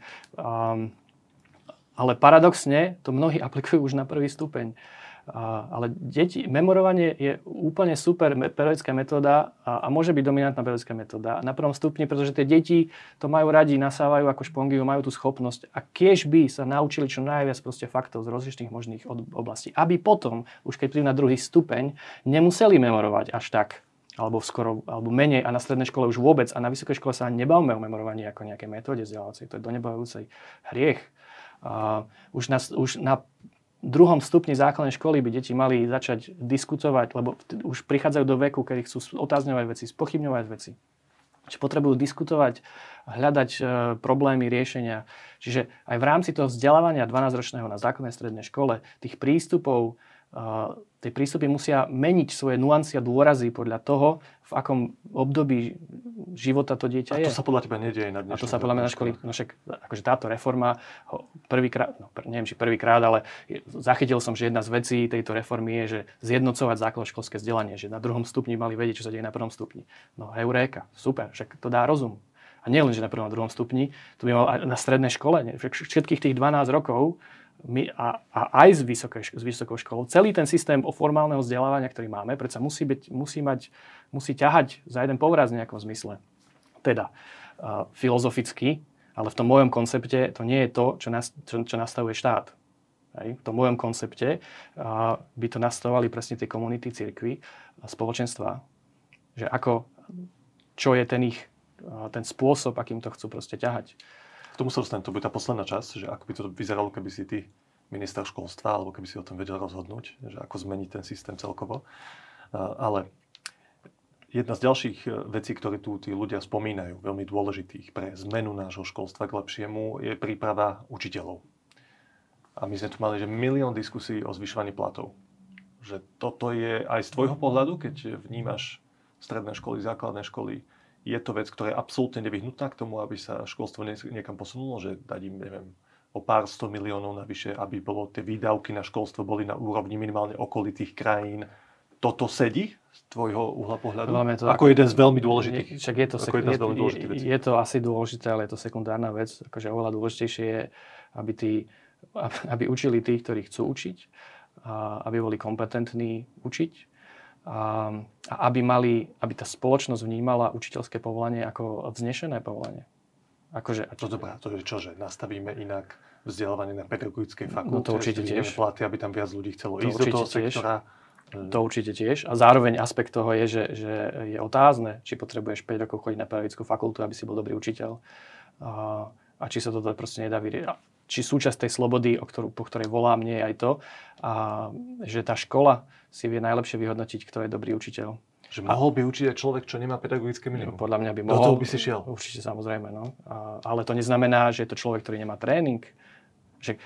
Ale paradoxne to mnohí aplikujú už na prvý stupeň. Ale memorovanie je úplne super pedagogická metóda a môže byť dominantná pedagogická metóda na prvom stupni, pretože tie deti to majú radi, nasávajú ako špongy, majú tú schopnosť a kiež by sa naučili čo najviac proste faktov z rozličných možných oblastí. Aby potom, už keď prídu na druhý stupeň, nemuseli memorovať až tak, alebo menej, a na strednej škole už vôbec, a na vysokej škole sa ani nebavíme o memorovaní ako nejaké metóde vzdelávacej. To je donebavujúcej hriech. Už na druhom stupni základnej školy by deti mali začať diskutovať, lebo už prichádzajú do veku, kedy chcú otázňovať veci, spochybňovať veci. Čiže potrebujú diskutovať, hľadať problémy, riešenia. Čiže aj v rámci toho vzdelávania 12-ročného na základnej strednej škole tých prístupov, tie prístupy musia meniť svoje nuancy a dôrazy podľa toho, v akom období života to dieťa je. A to sa podľa teba nedieje na dnešnej škole? A to sa podľa mňa na školy, no však akože táto reforma prvýkrát, neviem či prvýkrát, ale zachytil som, že jedna z vecí tejto reformy je, že zjednocovať základoškolské vzdelanie, že na druhom stupni mali vedieť, čo sa deje na prvom stupni. No heuréka, super, však to dá rozum. A nie len, že na prvom a druhom stupni, to by mal aj na strednej škole, všetkých tých 12 rokov a aj s vysokou školou. Celý ten systém formálneho vzdelávania, ktorý máme, predsa musí ťahať za jeden povraz v nejakom zmysle. Teda filozoficky, ale v tom mojom koncepte to nie je to, čo nastavuje štát. V tom mojom koncepte by to nastavovali presne tie komunity, cirkvi a spoločenstva. Že čo je ten spôsob, akým to chcú proste ťahať. K tomu sa dostanem, to bude tá posledná časť, že ako by to vyzeralo, keby si ty minister školstva, alebo keby si o tom vedel rozhodnúť, že ako zmeniť ten systém celkovo. Ale Jedna z ďalších vecí, ktoré tu tí ľudia spomínajú, veľmi dôležitých pre zmenu nášho školstva k lepšiemu, je príprava učiteľov. A my sme tu mali že milión diskusí o zvyšovaní platov. Že toto je aj z tvojho pohľadu, keď vnímaš stredné školy, základné školy, je to vec, ktorá je absolútne nevyhnutná k tomu, aby sa školstvo niekam posunulo, že dať im, neviem, o pár 100 miliónov navyše, aby bolo tie výdavky na školstvo boli na úrovni minimálne okolitých krajín. Toto sedí z tvojho uhla pohľadu? Ako jeden z veľmi dôležitých. Však je to asi dôležité, ale je to sekundárna vec. Akože oveľa dôležitejšie je, aby učili tých, ktorí chcú učiť, a aby boli kompetentní učiť a aby tá spoločnosť vnímala učiteľské povolanie ako vznešené povolanie. To dobrá, to je čo, že nastavíme inak vzdelávanie na pedagogickej fakulte? No to určite tiež. Platy, aby tam viac ľudí chcelo ísť do toho sektora? To určite tiež. A zároveň aspekt toho je, že je otázne, či potrebuješ 5 rokov chodiť na pedagogickú fakultu, aby si bol dobrý učiteľ. A či sa toto proste nedá vyriešiť. Či súčasť tej slobody, po ktorej volám, nie je aj to, že tá škola si vie najlepšie vyhodnotiť, kto je dobrý učiteľ. Že mohol by učiť aj človek, čo nemá pedagogické minimum? Podľa mňa by mohol. Do toho by si šiel? Určite, samozrejme. No. Ale to neznamená, že je to človek, ktorý nemá tréning. Že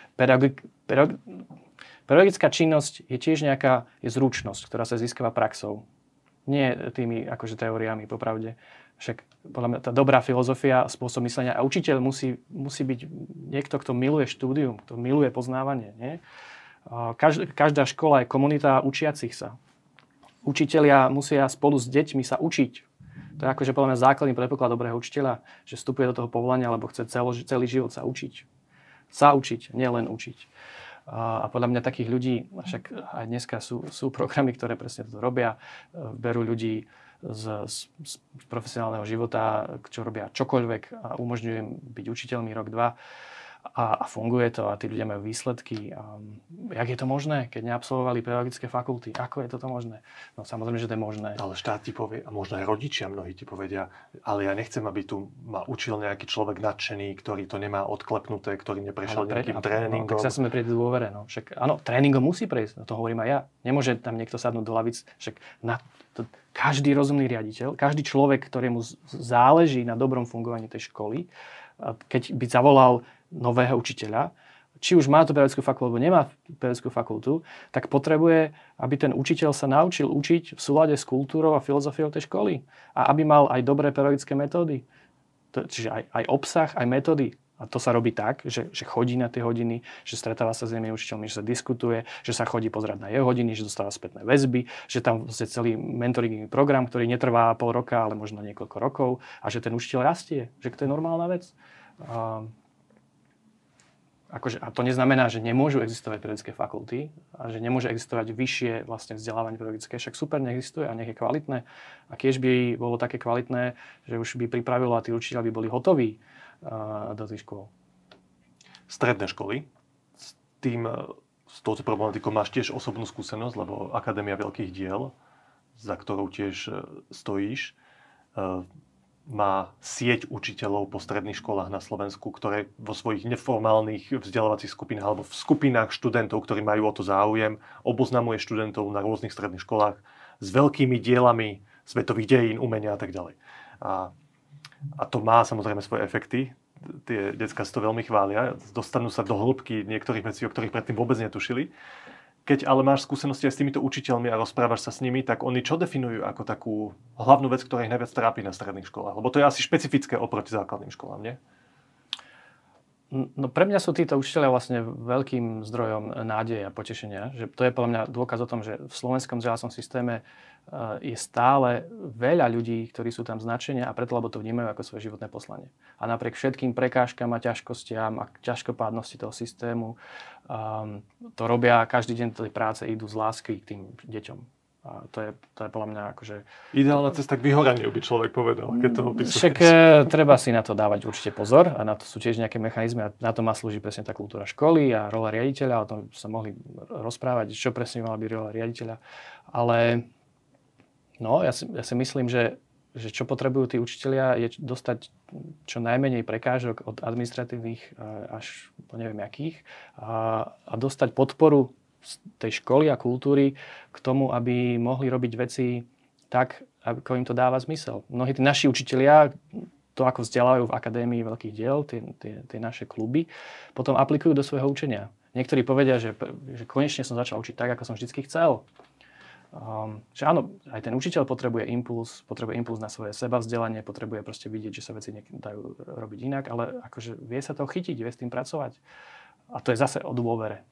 pedagogická činnosť je tiež nejaká zručnosť, ktorá sa získava praxou. Nie tými akože teóriami, popravde. Však podľa mňa tá dobrá filozofia, spôsob myslenia a učiteľ musí byť niekto, kto miluje štúdium, kto miluje poznávanie. Nie? Každá škola je komunita učiacich sa. Učitelia musia spolu s deťmi sa učiť. To je akože podľa mňa základný predpoklad dobrého učiteľa, že vstupuje do toho povolania, lebo chce celý život sa učiť. Sa učiť, nielen učiť. A podľa mňa takých ľudí, však aj dneska sú programy, ktoré presne to robia, berú ľudí z profesionálneho života, čo robia čokoľvek a umožňujú im byť učiteľmi rok, 2 a funguje to a tí ľudia majú výsledky. Jak je to možné, keď neabsolvovali pedagogické fakulty? Ako je toto možné? No samozrejme, že to je možné. Ale štát ti povie, a možno aj rodičia mnohí ti povedia, ale ja nechcem, aby tu ma učil nejaký človek nadšený, ktorý to nemá odklepnuté, ktorý neprešiel nejakým tréningom. Tak sa sme pri dôvere. No. Však áno, tréningom musí prejsť, to hovorím aj ja. Nemôže tam niekto sadnúť do lavic. Však každý rozumný riaditeľ, každý človek, ktorému záleží na dobrom fungovaní tej školy, keď by zavolal nového učiteľa, či už má to pedagogickú fakultu, alebo nemá pedagogickú fakultu, tak potrebuje, aby ten učiteľ sa naučil učiť v súlade s kultúrou a filozofiou tej školy. A aby mal aj dobré pedagogické metódy. Čiže aj obsah, aj metódy. A to sa robí tak, že chodí na tie hodiny, že stretáva sa s inými učiteľmi, že sa diskutuje, že sa chodí pozerať na jeho hodiny, že dostáva spätné väzby, že tam je celý mentoringový program, ktorý netrvá pol roka, ale možno niekoľko rokov a že ten učiteľ rastie, že to je normálna vec. A to neznamená, že nemôžu existovať pedagogické fakulty a že nemôže existovať vyššie vlastne vzdelávanie pedagogické. Však super, neexistuje a nech je kvalitné. A keď by bolo také kvalitné, že už by pripravilo a tí učiteľi by boli hotoví do tých škôl. Stredné školy. S touto problematikou máš tiež osobnú skúsenosť, lebo Akadémia veľkých diel, za ktorou tiež stojíš, má sieť učiteľov po stredných školách na Slovensku, ktoré vo svojich neformálnych vzdelávacích skupinách alebo v skupinách študentov, ktorí majú o to záujem, oboznamuje študentov na rôznych stredných školách s veľkými dielami svetových dejín, umenia a tak ďalej. A to má samozrejme svoje efekty. Tie decká si to veľmi chvália. Dostanú sa do hĺbky niektorých vecí, o ktorých predtým vôbec netušili. Keď ale máš skúsenosti aj s týmito učiteľmi a rozprávaš sa s nimi, tak oni čo definujú ako takú hlavnú vec, ktorá ich najviac trápi na stredných školách? Lebo to je asi špecifické oproti základným školám, nie? No pre mňa sú títo učiteľia vlastne veľkým zdrojom nádeje a potešenia. Že to je podľa mňa dôkaz o tom, že v slovenskom vzdelávacom systéme je stále veľa ľudí, ktorí sú tam značenia a preto, lebo to vnímajú ako svoje životné poslanie. A napriek všetkým prekážkam a ťažkostiam a ťažkopádnosti toho systému to robia, každý deň tej práce idú z lásky k tým deťom. A to je podľa mňa akože... Ideálna cesta k vyhoraniu by človek povedal, keď to opisuješ. Však treba si na to dávať určite pozor a na to sú tiež nejaké mechanizmy a na to má slúžiť presne tá kultúra školy a rola riaditeľa, o tom sa mohli rozprávať, čo presne mala byť rola riaditeľa. Ale no, ja si myslím, že čo potrebujú tí učitelia je dostať čo najmenej prekážok od administratívnych až po neviem akých a dostať podporu z tej školy a kultúry k tomu, aby mohli robiť veci tak, ako im to dáva zmysel. Mnohí tí naši učitelia to, ako vzdelávajú v Akadémii veľkých diel, tie naše kluby, potom aplikujú do svojho učenia. Niektorí povedia, že konečne som začal učiť tak, ako som vždycky chcel. Že áno, aj ten učiteľ potrebuje impuls na svoje sebavzdelanie, potrebuje proste vidieť, že sa veci dajú robiť inak, ale akože vie sa to chytiť, vie s tým pracovať. A to je zase o dôvere.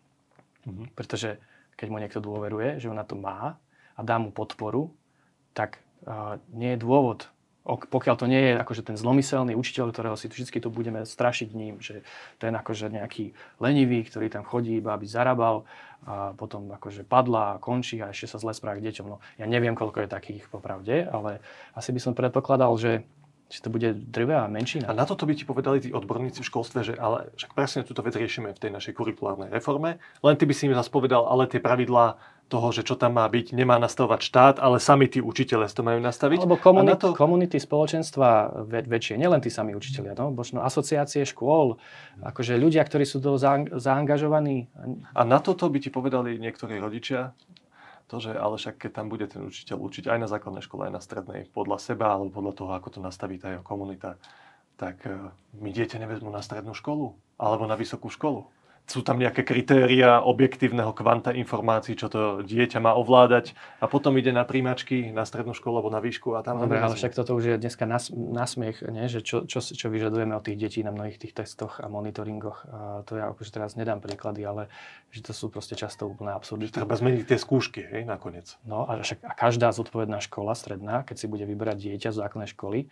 Pretože keď mu niekto dôveruje, že on na to má a dá mu podporu, tak nie je dôvod, pokiaľ to nie je akože ten zlomyselný učiteľ, ktorého si vždy tu budeme strašiť ním, že ten akože nejaký lenivý, ktorý tam chodí iba aby zarábal a potom akože padla a končí a ešte sa zle správa k deťom. No, ja neviem, koľko je takých popravde, ale asi by som predpokladal, že to bude drvivá menšina. A na toto by ti povedali tí odborníci v školstve, že ale však presne túto vec riešime v tej našej kurikulárnej reforme, len ty by si im zase povedal, ale tie pravidlá toho, že čo tam má byť, nemá nastavovať štát, ale sami tí učitelia to majú nastaviť. Alebo komunity spoločenstva väčšie, nielen tí sami učitelia, no, možno asociácie škôl, akože ľudia, ktorí sú do zaangažovaní. A na toto by ti povedali niektorí rodičia, to, že ale však keď tam bude ten učiteľ učiť aj na základnej škole, aj na strednej, podľa seba alebo podľa toho, ako to nastaví tá jeho komunita, tak mi dieťa nevezmú na strednú školu alebo na vysokú školu. Sú tam nejaké kritéria objektívneho kvanta informácií, čo to dieťa má ovládať a potom ide na príjmačky na strednú školu alebo na výšku a tam... Dobre, ale však toto už je dneska nasmiech, nie? Že čo vyžadujeme od tých detí na mnohých tých testoch a monitoringoch. A to ja akože teraz nedám príklady, ale že to sú proste často úplné absurdity. Treba zmeniť tie skúšky, hej, nakoniec. No a každá zodpovedná škola stredná, keď si bude vyberať dieťa z základnej školy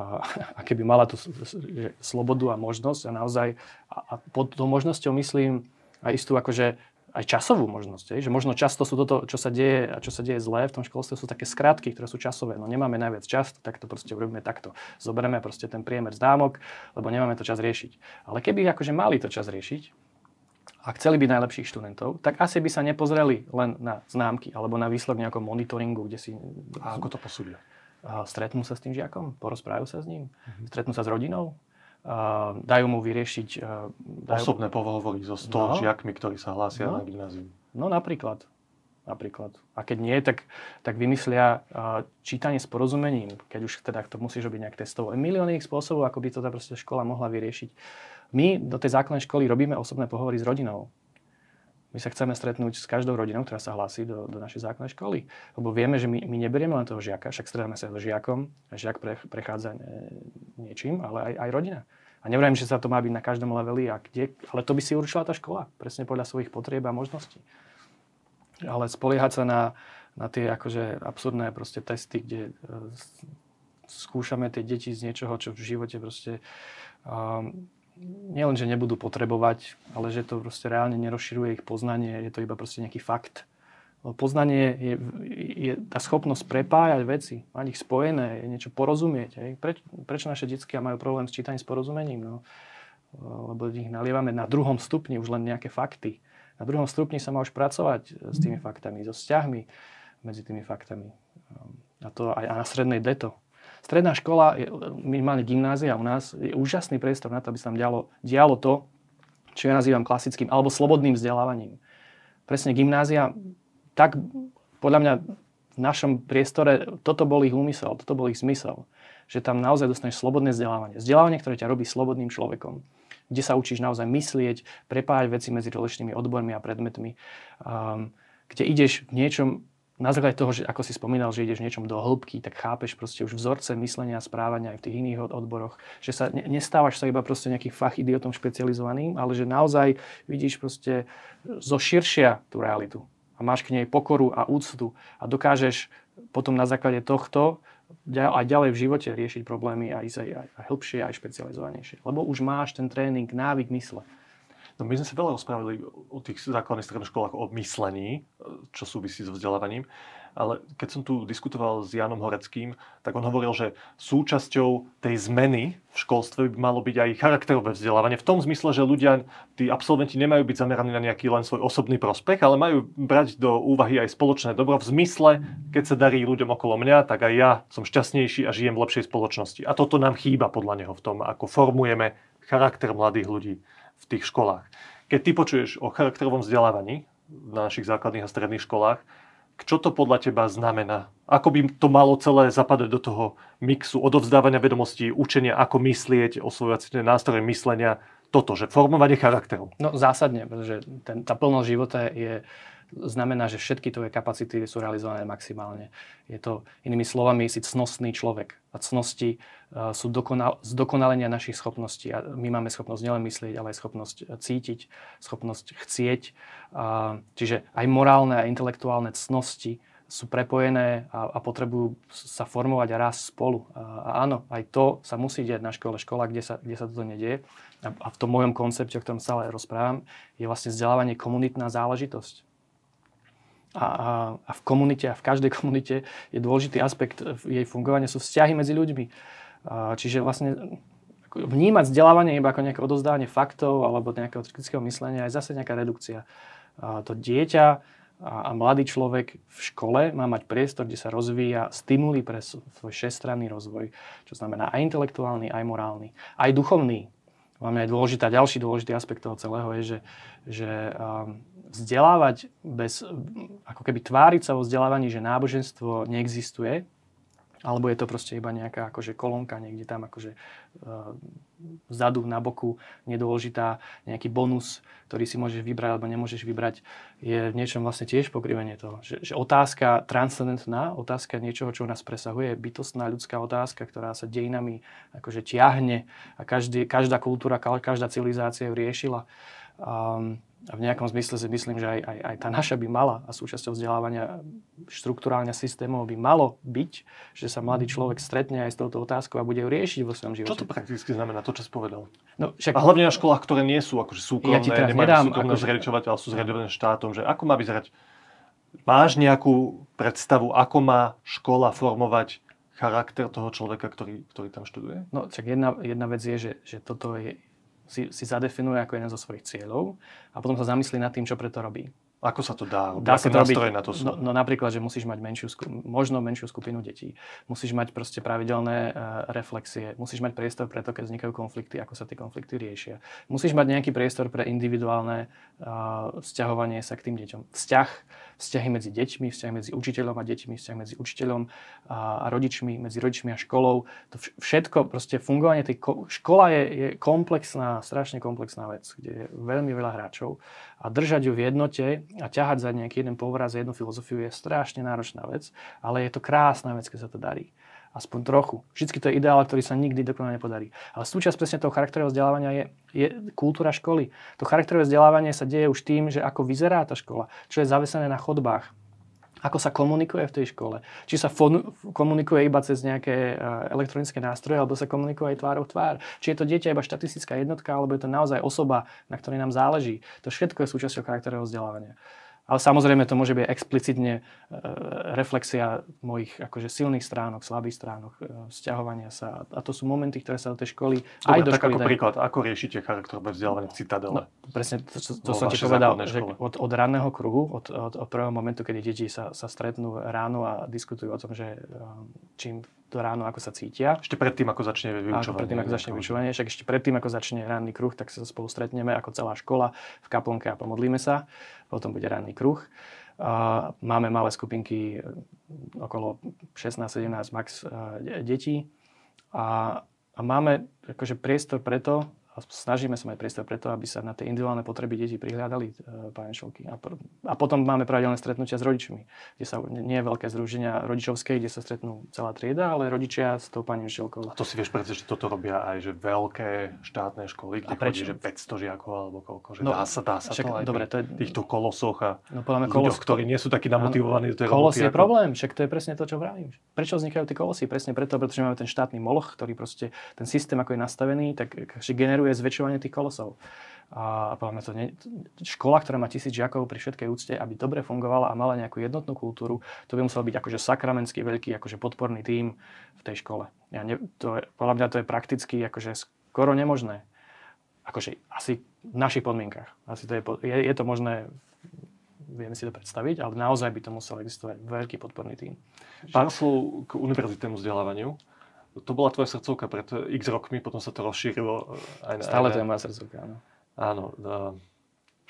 a keby mala tú slobodu a možnosť a naozaj a pod tou možnosťou myslím aj istú akože aj časovú možnosť, že možno často sú toto, čo sa deje zlé v tom školstve, sú také skratky, ktoré sú časové. No nemáme najviac čas, tak to proste urobíme takto. Zoberieme proste ten priemer známok, lebo nemáme to čas riešiť. Ale keby akože mali to čas riešiť a chceli byť najlepších študentov, tak asi by sa nepozreli len na známky alebo na výsledok nejakom monitoringu, kde si... A ako to posúdia? Stretnú sa s tým žiakom, porozprávajú sa s ním, stretnú sa s rodinou, dajú mu vyriešiť... Osobné pohovory so 100 žiakmi, ktorí sa hlásia na gymnázium. No napríklad. A keď nie, tak vymyslia čítanie s porozumením, keď už teda to musíš robiť nejak testovo. Milióny spôsobov, ako by to tá proste škola mohla vyriešiť. My do tej základnej školy robíme osobné pohovory s rodinou. My sa chceme stretnúť s každou rodinou, ktorá sa hlási do našej základnej školy. Lebo vieme, že my neberieme len toho žiaka, však stretáme sa so žiakom, a žiak prechádza niečím, ale aj rodina. A neviem, že sa to má byť na každom leveli, ale to by si určila tá škola, presne podľa svojich potrieb a možností. Ale spoliehať sa na tie akože absurdné proste testy, kde skúšame tie deti z niečoho, čo v živote proste... nielen, že nebudú potrebovať, ale že to proste reálne nerozširuje ich poznanie, je to iba proste nejaký fakt. Poznanie je tá schopnosť prepájať veci, mať ich spojené, je niečo porozumieť. Hej. Prečo naše decká majú problém s čítaním, s porozumením? No, lebo ich nalievame na druhom stupni už len nejaké fakty. Na druhom stupni sa má už pracovať s tými faktami, so vzťahmi medzi tými faktami. A to aj na strednej deto. Stredná škola, minimálne gymnázia u nás, je úžasný priestor na to, aby sa tam dialo to, čo ja nazývam klasickým alebo slobodným vzdelávaním. Presne gymnázia, tak podľa mňa v našom priestore toto bol ich úmysel, toto bol ich zmysel. Že tam naozaj dostaneš slobodné vzdelávanie. Vzdelávanie, ktoré ťa robí slobodným človekom. Kde sa učíš naozaj myslieť, prepájať veci medzi rozličnými odbormi a predmetmi. Kde ideš v niečom na základe toho, že ako si spomínal, že ideš niečom do hĺbky, tak chápeš proste už vzorce myslenia a správania aj v tých iných odboroch. Že sa nestávaš sa iba proste nejakým idiotom špecializovaným, ale že naozaj vidíš proste zo širšia tú realitu. A máš k nej pokoru a úctu a dokážeš potom na základe tohto aj ďalej v živote riešiť problémy aj hĺbšie, aj špecializovanejšie. Lebo už máš ten tréning, návyk mysle. No my sme sa veľa rozprávali o tých základných stredných školách, o myslení, čo súvisí so vzdelávaním. Ale keď som tu diskutoval s Jánom Horeckým, tak on hovoril, že súčasťou tej zmeny v školstve by malo byť aj charakterové vzdelávanie. V tom zmysle, že ľudia, tí absolventi nemajú byť zameraní na nejaký len svoj osobný prospech, ale majú brať do úvahy aj spoločné dobro v zmysle, keď sa darí ľuďom okolo mňa, tak aj ja som šťastnejší a žijem v lepšej spoločnosti. A toto nám chýba podľa neho v tom, ako formujeme charakter mladých ľudí v tých školách. Keď ty počuješ o charakterovom vzdelávaní na našich základných a stredných školách, Čo to podľa teba znamená? Ako by to malo celé zapadať do toho mixu odovzdávania vedomostí, učenia, ako myslieť, osvojovať si tie nástroje myslenia, toto, že formovanie charakteru? No zásadne, pretože tá plnosť života znamená, že všetky tvoje kapacity sú realizované maximálne. Je to, inými slovami, si cnostný človek. A cnosti sú zdokonalenia našich schopností. A my máme schopnosť nielen myslieť, ale aj schopnosť cítiť, schopnosť chcieť. Čiže aj morálne a intelektuálne cnosti sú prepojené a potrebujú sa formovať a rásť spolu. A áno, aj to sa musí diať na škole. Škola, kde sa toto nedieje. A v tom mojom koncepte, o ktorom stále rozprávam, je vlastne vzdelávanie komunitná záležitosť. A v komunite, a v každej komunite je dôležitý aspekt jej fungovania, sú vzťahy medzi ľuďmi. Čiže vlastne vnímať vzdelávanie iba ako nejaké odozdávanie faktov alebo nejakého kritického myslenia je zase nejaká redukcia. To dieťa a mladý človek v škole má mať priestor, kde sa rozvíja stimuli pre svoj všestranný rozvoj, čo znamená aj intelektuálny, aj morálny, aj duchovný. Máme aj ďalší dôležitý aspekt toho celého je, že vzdelávať ako keby tváriť sa vo vzdelávaní, že náboženstvo neexistuje, alebo je to proste iba nejaká akože kolónka niekde tam akože vzadu, na boku, nedôležitá, nejaký bonus, ktorý si môžeš vybrať alebo nemôžeš vybrať, je v niečom vlastne tiež pokrivenie toho. Že otázka transcendentná, otázka niečoho, čo nás presahuje, bytostná ľudská otázka, ktorá sa dejinami akože tiahne a každá kultúra, každá civilizácia ju riešila. A v nejakom zmysle si myslím, že aj tá naša by mala a súčasťou vzdelávania štruktúrálne systémov by malo byť, že sa mladý človek stretne aj s touto otázkou a bude ju riešiť vo svojom živote. Čo to prakticky znamená, to, čo si povedal? No, a hlavne na školách, ktoré nie sú akože súkromné, nemajú súkromné zriaďovať, ale sú zriaďované štátom, že ako má vyzerať? Máš nejakú predstavu, ako má škola formovať charakter toho človeka, ktorý tam študuje? No, však jedna vec je, že toto si zadefinuje ako jeden zo svojich cieľov a potom sa zamyslí nad tým, čo preto robí. Ako sa to dá? Dá sa to robiť, na to sú? No napríklad, že musíš mať možno menšiu skupinu detí. Musíš mať proste pravidelné reflexie. Musíš mať priestor pre to, keď vznikajú konflikty, ako sa tie konflikty riešia. Musíš mať nejaký priestor pre individuálne vzťahovanie sa k tým deťom. Vzťahy medzi deťmi, vzťahy medzi učiteľom a deťmi, vzťah medzi učiteľom a rodičmi, medzi rodičmi a školou. To všetko, proste fungovanie tej škola je komplexná, strašne komplexná vec, kde je veľmi veľa hráčov a držať ju v jednote a ťahať za nejaký jeden povraz, za jednu filozofiu je strašne náročná vec, ale je to krásna vec, keď sa to darí. Aspoň trochu. Vždycky to je ideál, ktorý sa nikdy dokonale nepodarí. Ale súčasť presne toho charakterového vzdelávania je kultúra školy. To charakterové vzdelávanie sa deje už tým, že ako vyzerá tá škola, čo je zavesené na chodbách, ako sa komunikuje v tej škole. Či sa komunikuje iba cez nejaké elektronické nástroje, alebo sa komunikuje aj tvárou tvár. Či je to dieťa iba štatistická jednotka, alebo je to naozaj osoba, na ktorej nám záleží. To všetko je súčasťou charakterového vzdelávania. Ale samozrejme to môže byť explicitne reflexia mojich akože silných stránok, slabých stránok, vzťahovania sa. A to sú momenty, ktoré sa do tej školy aj do školy dajú. Príklad, ako riešite charakterové vzdelávanie v Citadele? No, presne to som ti povedal, že od ranného kruhu, od prvého momentu, kedy deti sa stretnú ráno a diskutujú o tom, že čím to ráno, ako sa cítia. Ešte predtým, ako začne vyučovanie. Však ešte predtým, ako začne ranný kruh, tak sa spolu stretneme ako celá škola v kaplnke a pomodlíme sa. Potom bude ranný kruh. Máme malé skupinky, okolo 16-17 max detí. A máme akože priestor preto, a snažíme sa mať priestor preto, aby sa na tie individuálne potreby detí prihľadali páne školky. A potom máme pravidelné stretnutia s rodičmi, kde sa nie je veľké združenia rodičovské, kde sa stretnú celá trieda, ale rodičia s tou pani učiteľkou. A to si vieš predstaviť, že toto robia aj že veľké štátne školy, kde chodí že 500 žiakov alebo koľko, že dá sa však, to aj dobre, to je, týchto kolosoch a ľuďoch, ktorí nie sú takí namotivovaní do tej roboty. Kolos je problém, však to je presne to, čo vravím. Prečo vznikajú tie kolosy? Presne preto, pretože máme ten štátny moloch, ktorý proste ten systém, ako je nastavený, tak generuje zväčšovanie tých kolosov. A povieme to, škola, ktorá má 1000 žiakov pri všetkej úcte, aby dobre fungovala a mala nejakú jednotnú kultúru, to by musel byť akože sakramentský veľký akože podporný tím v tej škole. Podľa mňa to je prakticky akože skoro nemožné. Akože asi v našich podmienkach. Asi to je to možné, vieme si to predstaviť, ale naozaj by to musel existovať veľký podporný tím. Pár slov k univerzitnému vzdelávaniu. To bola tvoja srdcovka pred x rokmi, potom sa to rozšírilo aj na... Stále to je moja srdcovka, áno. Áno.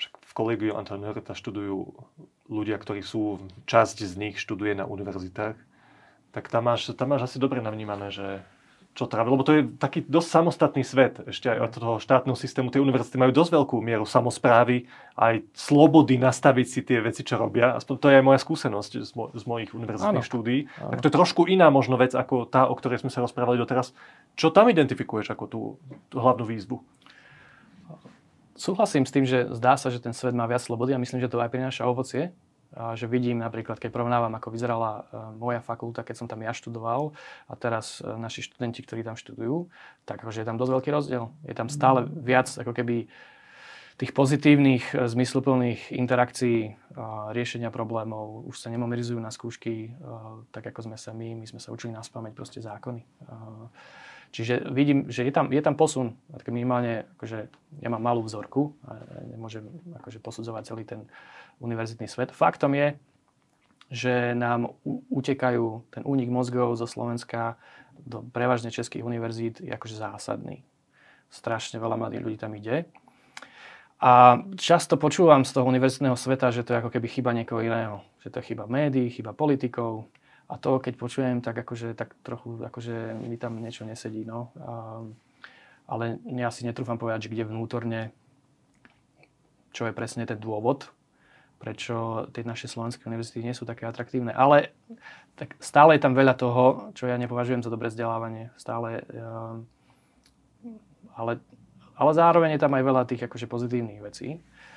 však v Collegiu Antoniorita študujú ľudia, ktorí časť z nich študuje na univerzitách, tak tam máš asi dobre navnímané, že čo trávia, lebo to je taký dosť samostatný svet. Ešte aj od toho štátneho systému tie univerzity majú dosť veľkú mieru samosprávy, aj slobody nastaviť si tie veci, čo robia. Aspoň to je aj moja skúsenosť z mojich univerzitných štúdií. Tak to je trošku iná možno vec, ako tá, o ktorej sme sa rozprávali doteraz. Čo tam identifikuješ ako tú hlavnú výzvu? Súhlasím s tým, že zdá sa, že ten svet má viac slobody a myslím, že to aj prináša ovocie. A že vidím napríklad, keď porovnávam, ako vyzerala moja fakulta, keď som tam ja študoval a teraz naši študenti, ktorí tam študujú, tak že je tam dosť veľký rozdiel. Je tam stále viac ako keby tých pozitívnych, zmysluplných interakcií, riešenia problémov. Už sa nemomerizujú na skúšky, tak ako sme sa my sme sa učili naspamäť proste zákony. Čiže vidím, že je tam posun. Minimálne, akože ja mám malú vzorku a nemôžem akože posudzovať celý ten univerzitný svet. Faktom je, že nám utekajú ten únik mozgov zo Slovenska do prevažne českých univerzít je akože zásadný. Strašne veľa mladých ľudí tam ide. A často počúvam z toho univerzitného sveta, že to je ako keby chyba niekoho iného. Že to je chyba médií, chyba politikov. A to, keď počujem, tak akože tak trochu akože mi tam niečo nesedí. No. Ale ja si netrúfam povedať, že kde vnútorne, čo je presne ten dôvod, prečo tie naše slovenské univerzity nie sú také atraktívne. Ale tak stále je tam veľa toho, čo ja nepovažujem za dobré vzdelávanie. Stále, ale zároveň je tam aj veľa tých akože pozitívnych vecí.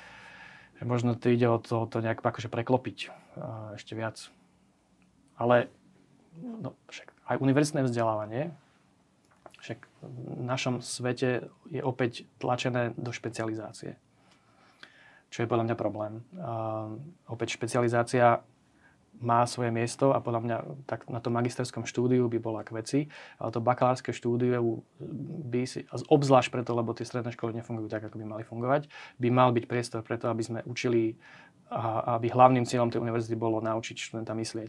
Že možno to ide o to nejak akože preklopiť ešte viac. Ale no, však aj univerzitné vzdelávanie však v našom svete je opäť tlačené do špecializácie. Čo je podľa mňa problém. Opäť špecializácia má svoje miesto a podľa mňa tak na tom magisterskom štúdiu by bola k veci, ale to bakalárske štúdiu by si, obzvlášť preto, lebo tie stredné školy nefungujú tak, ako by mali fungovať, by mal byť priestor preto, aby sme učili a aby hlavným cieľom tej univerzity bolo naučiť študenta myslieť.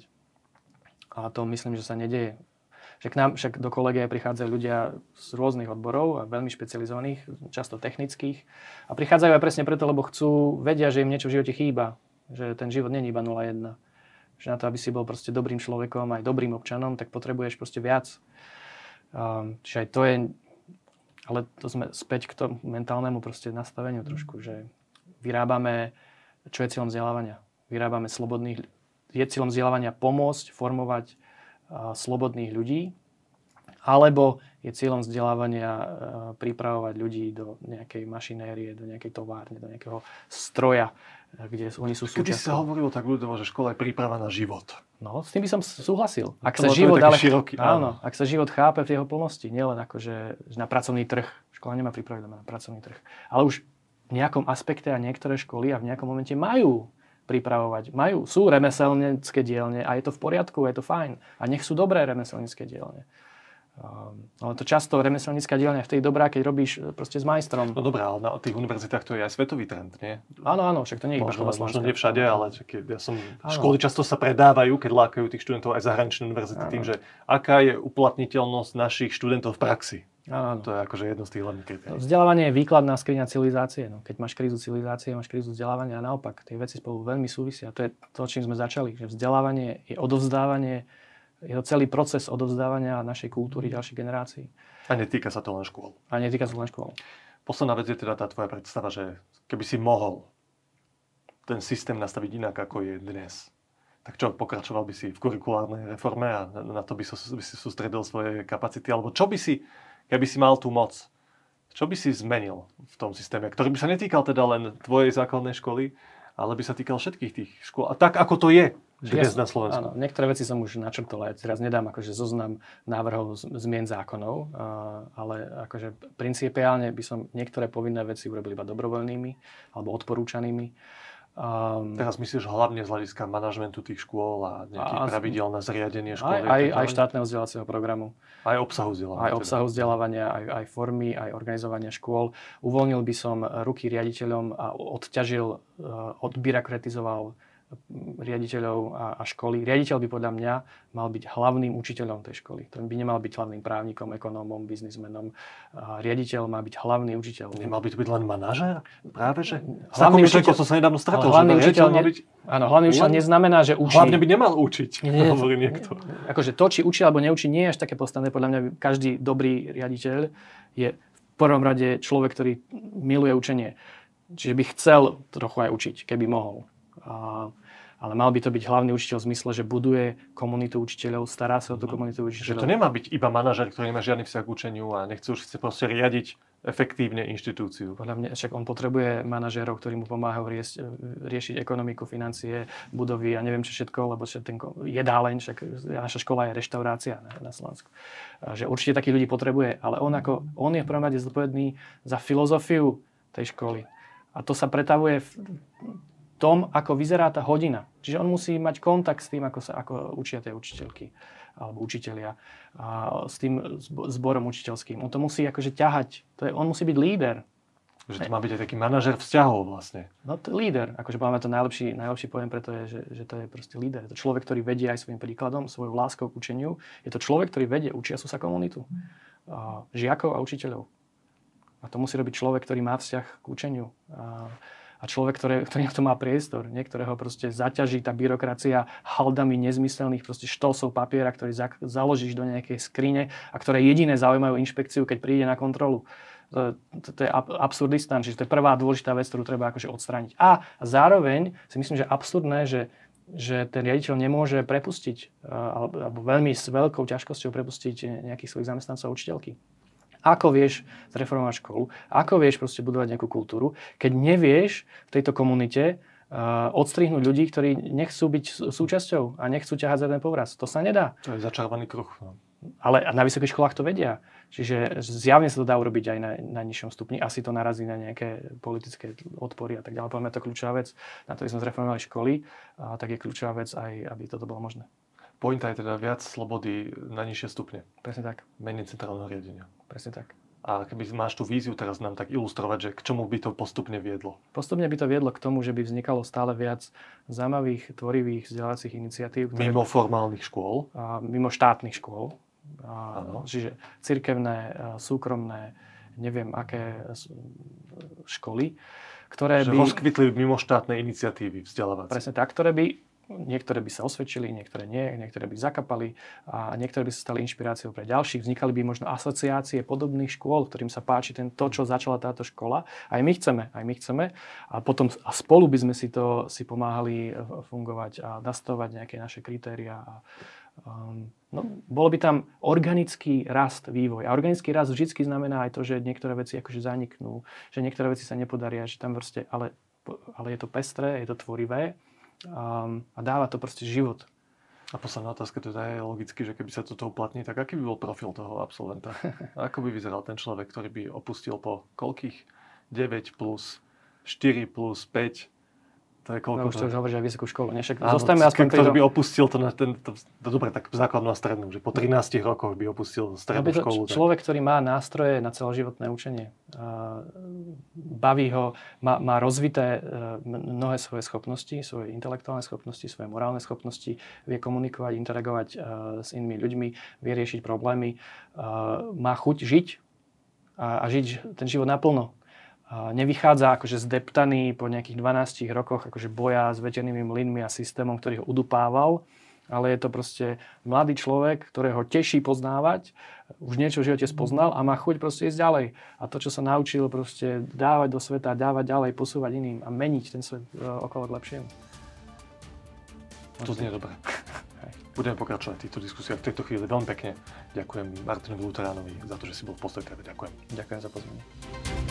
A to myslím, že sa nedeje. Však do kolegia prichádzajú ľudia z rôznych odborov a veľmi špecializovaných, často technických. A prichádzajú aj presne preto, lebo vedia, že im niečo v živote chýba. Že ten život nie je iba 0,1. Že na to, aby si bol proste dobrým človekom, aj dobrým občanom, tak potrebuješ proste viac. Čiže aj to je... Ale to sme späť k tomu mentálnemu proste nastaveniu trošku, že vyrábame... Čo je cieľom vzdelávania? Vyrábame slobodných... Je cieľom vzdelávania pomôcť, formovať slobodných ľudí, alebo je cieľom vzdelávania pripravovať ľudí do nejakej mašinérie, do nejakej továrne, do nejakého stroja, kde oni sú súčasťou. Kedy sa hovorilo tak ľudovo, že škola je príprava na život. No, s tým by som súhlasil. Ak to sa život, ale široký, áno, ak sa život chápe v jeho plnosti, nielen akože na pracovný trh. Škola nemá pripraviť na pracovný trh. Ale už v nejakom aspekte a niektoré školy a v nejakom momente majú pripravovať. Sú remeselnícke dielne a je to v poriadku, je to fajn. A nech sú dobré remeselnícke dielne. Ale to často remeselnícka dielňa je vtedy dobrá, keď robíš proste s majstrom. No dobré, ale na tých univerzitách to je aj svetový trend, nie? Áno, však to nie je iba škola Možno nie všade, ale školy často sa predávajú, keď lákajú tých študentov aj zahraničné univerzity tým, že aká je uplatniteľnosť našich študentov v praxi. Áno. To je akože jedno z tých hlavných kritérií. Vzdelávanie je výkladná skriňa civilizácie. No, keď máš krízu civilizácie, máš krízu vzdelávania a naopak. Tie veci spolu veľmi súvisia. To je to, čím sme začali. Že vzdelávanie je odovzdávanie, je to celý proces odovzdávania našej kultúry ďalších generácií. A netýka sa to len škôl. Posledná vec je teda tá tvoja predstava, že keby si mohol ten systém nastaviť inak, ako je dnes, tak čo, pokračoval by si v kurikulárnej reforme a na to by si sústredil svoje kapacity? Alebo čo by si, keby si mal tú moc, čo by si zmenil v tom systéme, ktorý by sa netýkal teda len tvojej základnej školy, ale by sa týkal všetkých tých škôl. A tak, ako to je dnes na Slovensku. Áno, niektoré veci som už načrtol. Ja teraz nedám akože zoznam návrhov zmien zákonov, ale akože principiálne by som niektoré povinné veci urobil iba dobrovoľnými alebo odporúčanými. Teraz myslíš hlavne z hľadiska manažmentu tých škôl a nejakých pravidiel na zriadenie škôl? Aj štátneho vzdelávacieho programu. Aj obsahu vzdelávania. Aj obsahu vzdelávania, aj formy, aj organizovania škôl. Uvoľnil by som ruky riaditeľom a odbyrokratizoval riaditeľov a školy. Riaditeľ by podľa mňa mal byť hlavným učiteľom tej školy. To by nemal byť hlavným právnikom, ekonómom, biznismenom. Riaditeľ má byť hlavný učiteľ. Nemal by to byť len manažér? Práve že? Hlavný učiteľ som sa nedávno stretol. Hlavný učiteľ neznamená, že učí. Hlavne by nemal učiť, hovorí niekto. Akože to, či učí alebo neučí, nie je až také podstatné. Podľa mňa každý dobrý riaditeľ je v prvom rade človek, ktorý miluje učenie. Čiže by chcel trochu aj učiť, keby mohol. Ale mal by to byť hlavný učiteľ v zmysle, že buduje komunitu učiteľov, stará sa o tú komunitu učiteľov. Že to nemá byť iba manažer, ktorý nemá žiadny vzťah k učeniu a chce proste riadiť efektívne inštitúciu. Podľa mňa však on potrebuje manažérov, ktorí mu pomáhajú riešiť ekonomiku, financie, budovy a neviem čo všetko, lebo ten jedáleň, však naša škola je reštaurácia na Slovensku. Že určite takých ľudí potrebuje, ale on je v prvom rade zodpovedný za filozofiu tej školy. A to sa pretavuje v tom, ako vyzerá tá hodina. Čiže on musí mať kontakt s tým, ako učia tie učiteľky alebo učitelia a s tým zborom učiteľským. On to musí akože ťahať. On musí byť líder. Že to má byť aj taký manažer vzťahov vlastne. No to líder. Akože máme to najlepší pojem, preto je, že to je proste líder. Je to človek, ktorý vedie aj svojím príkladom, svojou láskou k učeniu. Je to človek, ktorý vedie učiacu sa komunitu. Žiakov a učiteľov. A to musí robiť človek, ktorý má vzťah k učeniu. A človek, ktorý na to má priestor. Niektorého proste zaťaží tá byrokracia haldami nezmyselných proste štosov papiera, ktorý založíš do nejakej skrine a ktoré jediné zaujímajú inšpekciu, keď príde na kontrolu. To je absurdistán, čiže to je prvá dôležitá vec, ktorú treba akože odstrániť. A zároveň si myslím, že je absurdné, že ten riaditeľ nemôže prepustiť alebo veľmi s veľkou ťažkosťou prepustiť nejakých svojich zamestnancov a učiteľky. Ako vieš zreformovať školu, ako vieš proste budovať nejakú kultúru, keď nevieš v tejto komunite odstrihnúť ľudí, ktorí nechcú byť súčasťou a nechcú ťahať za ten povraz. To sa nedá. To je začarovaný kruh. No. Ale na vysokých školách to vedia. Čiže zjavne sa to dá urobiť aj na nižšom stupni. Asi to narazí na nejaké politické odpory a tak ďalej. Poďme, to kľúčová vec. Na to, že sme zreformovali školy, tak je kľúčová vec aj, aby toto bolo možné. Pointa je teda viac slobody na nižšie stupne. Presne tak. Menej centrálneho riadenia. Presne tak. A keby máš tú víziu teraz nám tak ilustrovať, že k čomu by to postupne viedlo? Postupne by to viedlo k tomu, že by vznikalo stále viac zaujímavých, tvorivých vzdelávacích iniciatív. Mimo formálnych škôl? Mimo štátnych škôl. Čiže cirkevné, súkromné, neviem aké školy, ktoré by... rozkvitli mimoštátne iniciatívy vzdelávacie. Presne tak, niektoré by sa osvedčili, niektoré nie, niektoré by zakapali a niektoré by sa stali inšpiráciou pre ďalších. Vznikali by možno asociácie podobných škôl, ktorým sa páči to, čo začala táto škola. Aj my chceme. A potom spolu by sme si pomáhali fungovať a nastavovať nejaké naše kritériá. Bolo by tam organický rast, vývoj. A organický rast vždy znamená aj to, že niektoré veci akože zaniknú, že niektoré veci sa nepodaria, že tam proste, ale je to pestré, je to tvorivé. A dáva to proste život. A posledná otázka teda je logicky, že keby sa toto uplatní, tak aký by bol profil toho absolventa? Ako by vyzeral ten človek, ktorý by opustil po koľkých? 9 plus 4 plus 5? To je koľko? No už to už hovoríš aj vysokú školu. Zostaňme aspoň ktorý by opustil to na dobre, tak základnú a strednú, že po 13 rokoch by opustil strednú školu. Človek, ktorý má nástroje na celoživotné učenie. Baví ho, má rozvité mnohé svoje schopnosti, svoje intelektuálne schopnosti, svoje morálne schopnosti, vie komunikovať, interagovať s inými ľuďmi, vie riešiť problémy, má chuť žiť a žiť ten život naplno. Nevychádza akože zdeptaný po nejakých 12 rokoch akože boja s veternými mlynmi a systémom, ktorý ho udupával, ale je to proste mladý človek, ktorého teší poznávať, už niečo v živote spoznal a má chuť proste ísť ďalej. A to, čo sa naučil, proste dávať do sveta, dávať ďalej, posúvať iným a meniť ten svet okolo k lepšiemu. To znie dobre. Budeme pokračovať v týchto diskusiách v tejto chvíli. Veľmi pekne ďakujem Martinovi Luteránovi za to, že si bol v Postoj TV. Ďakujem. Ďakujem za pozvanie.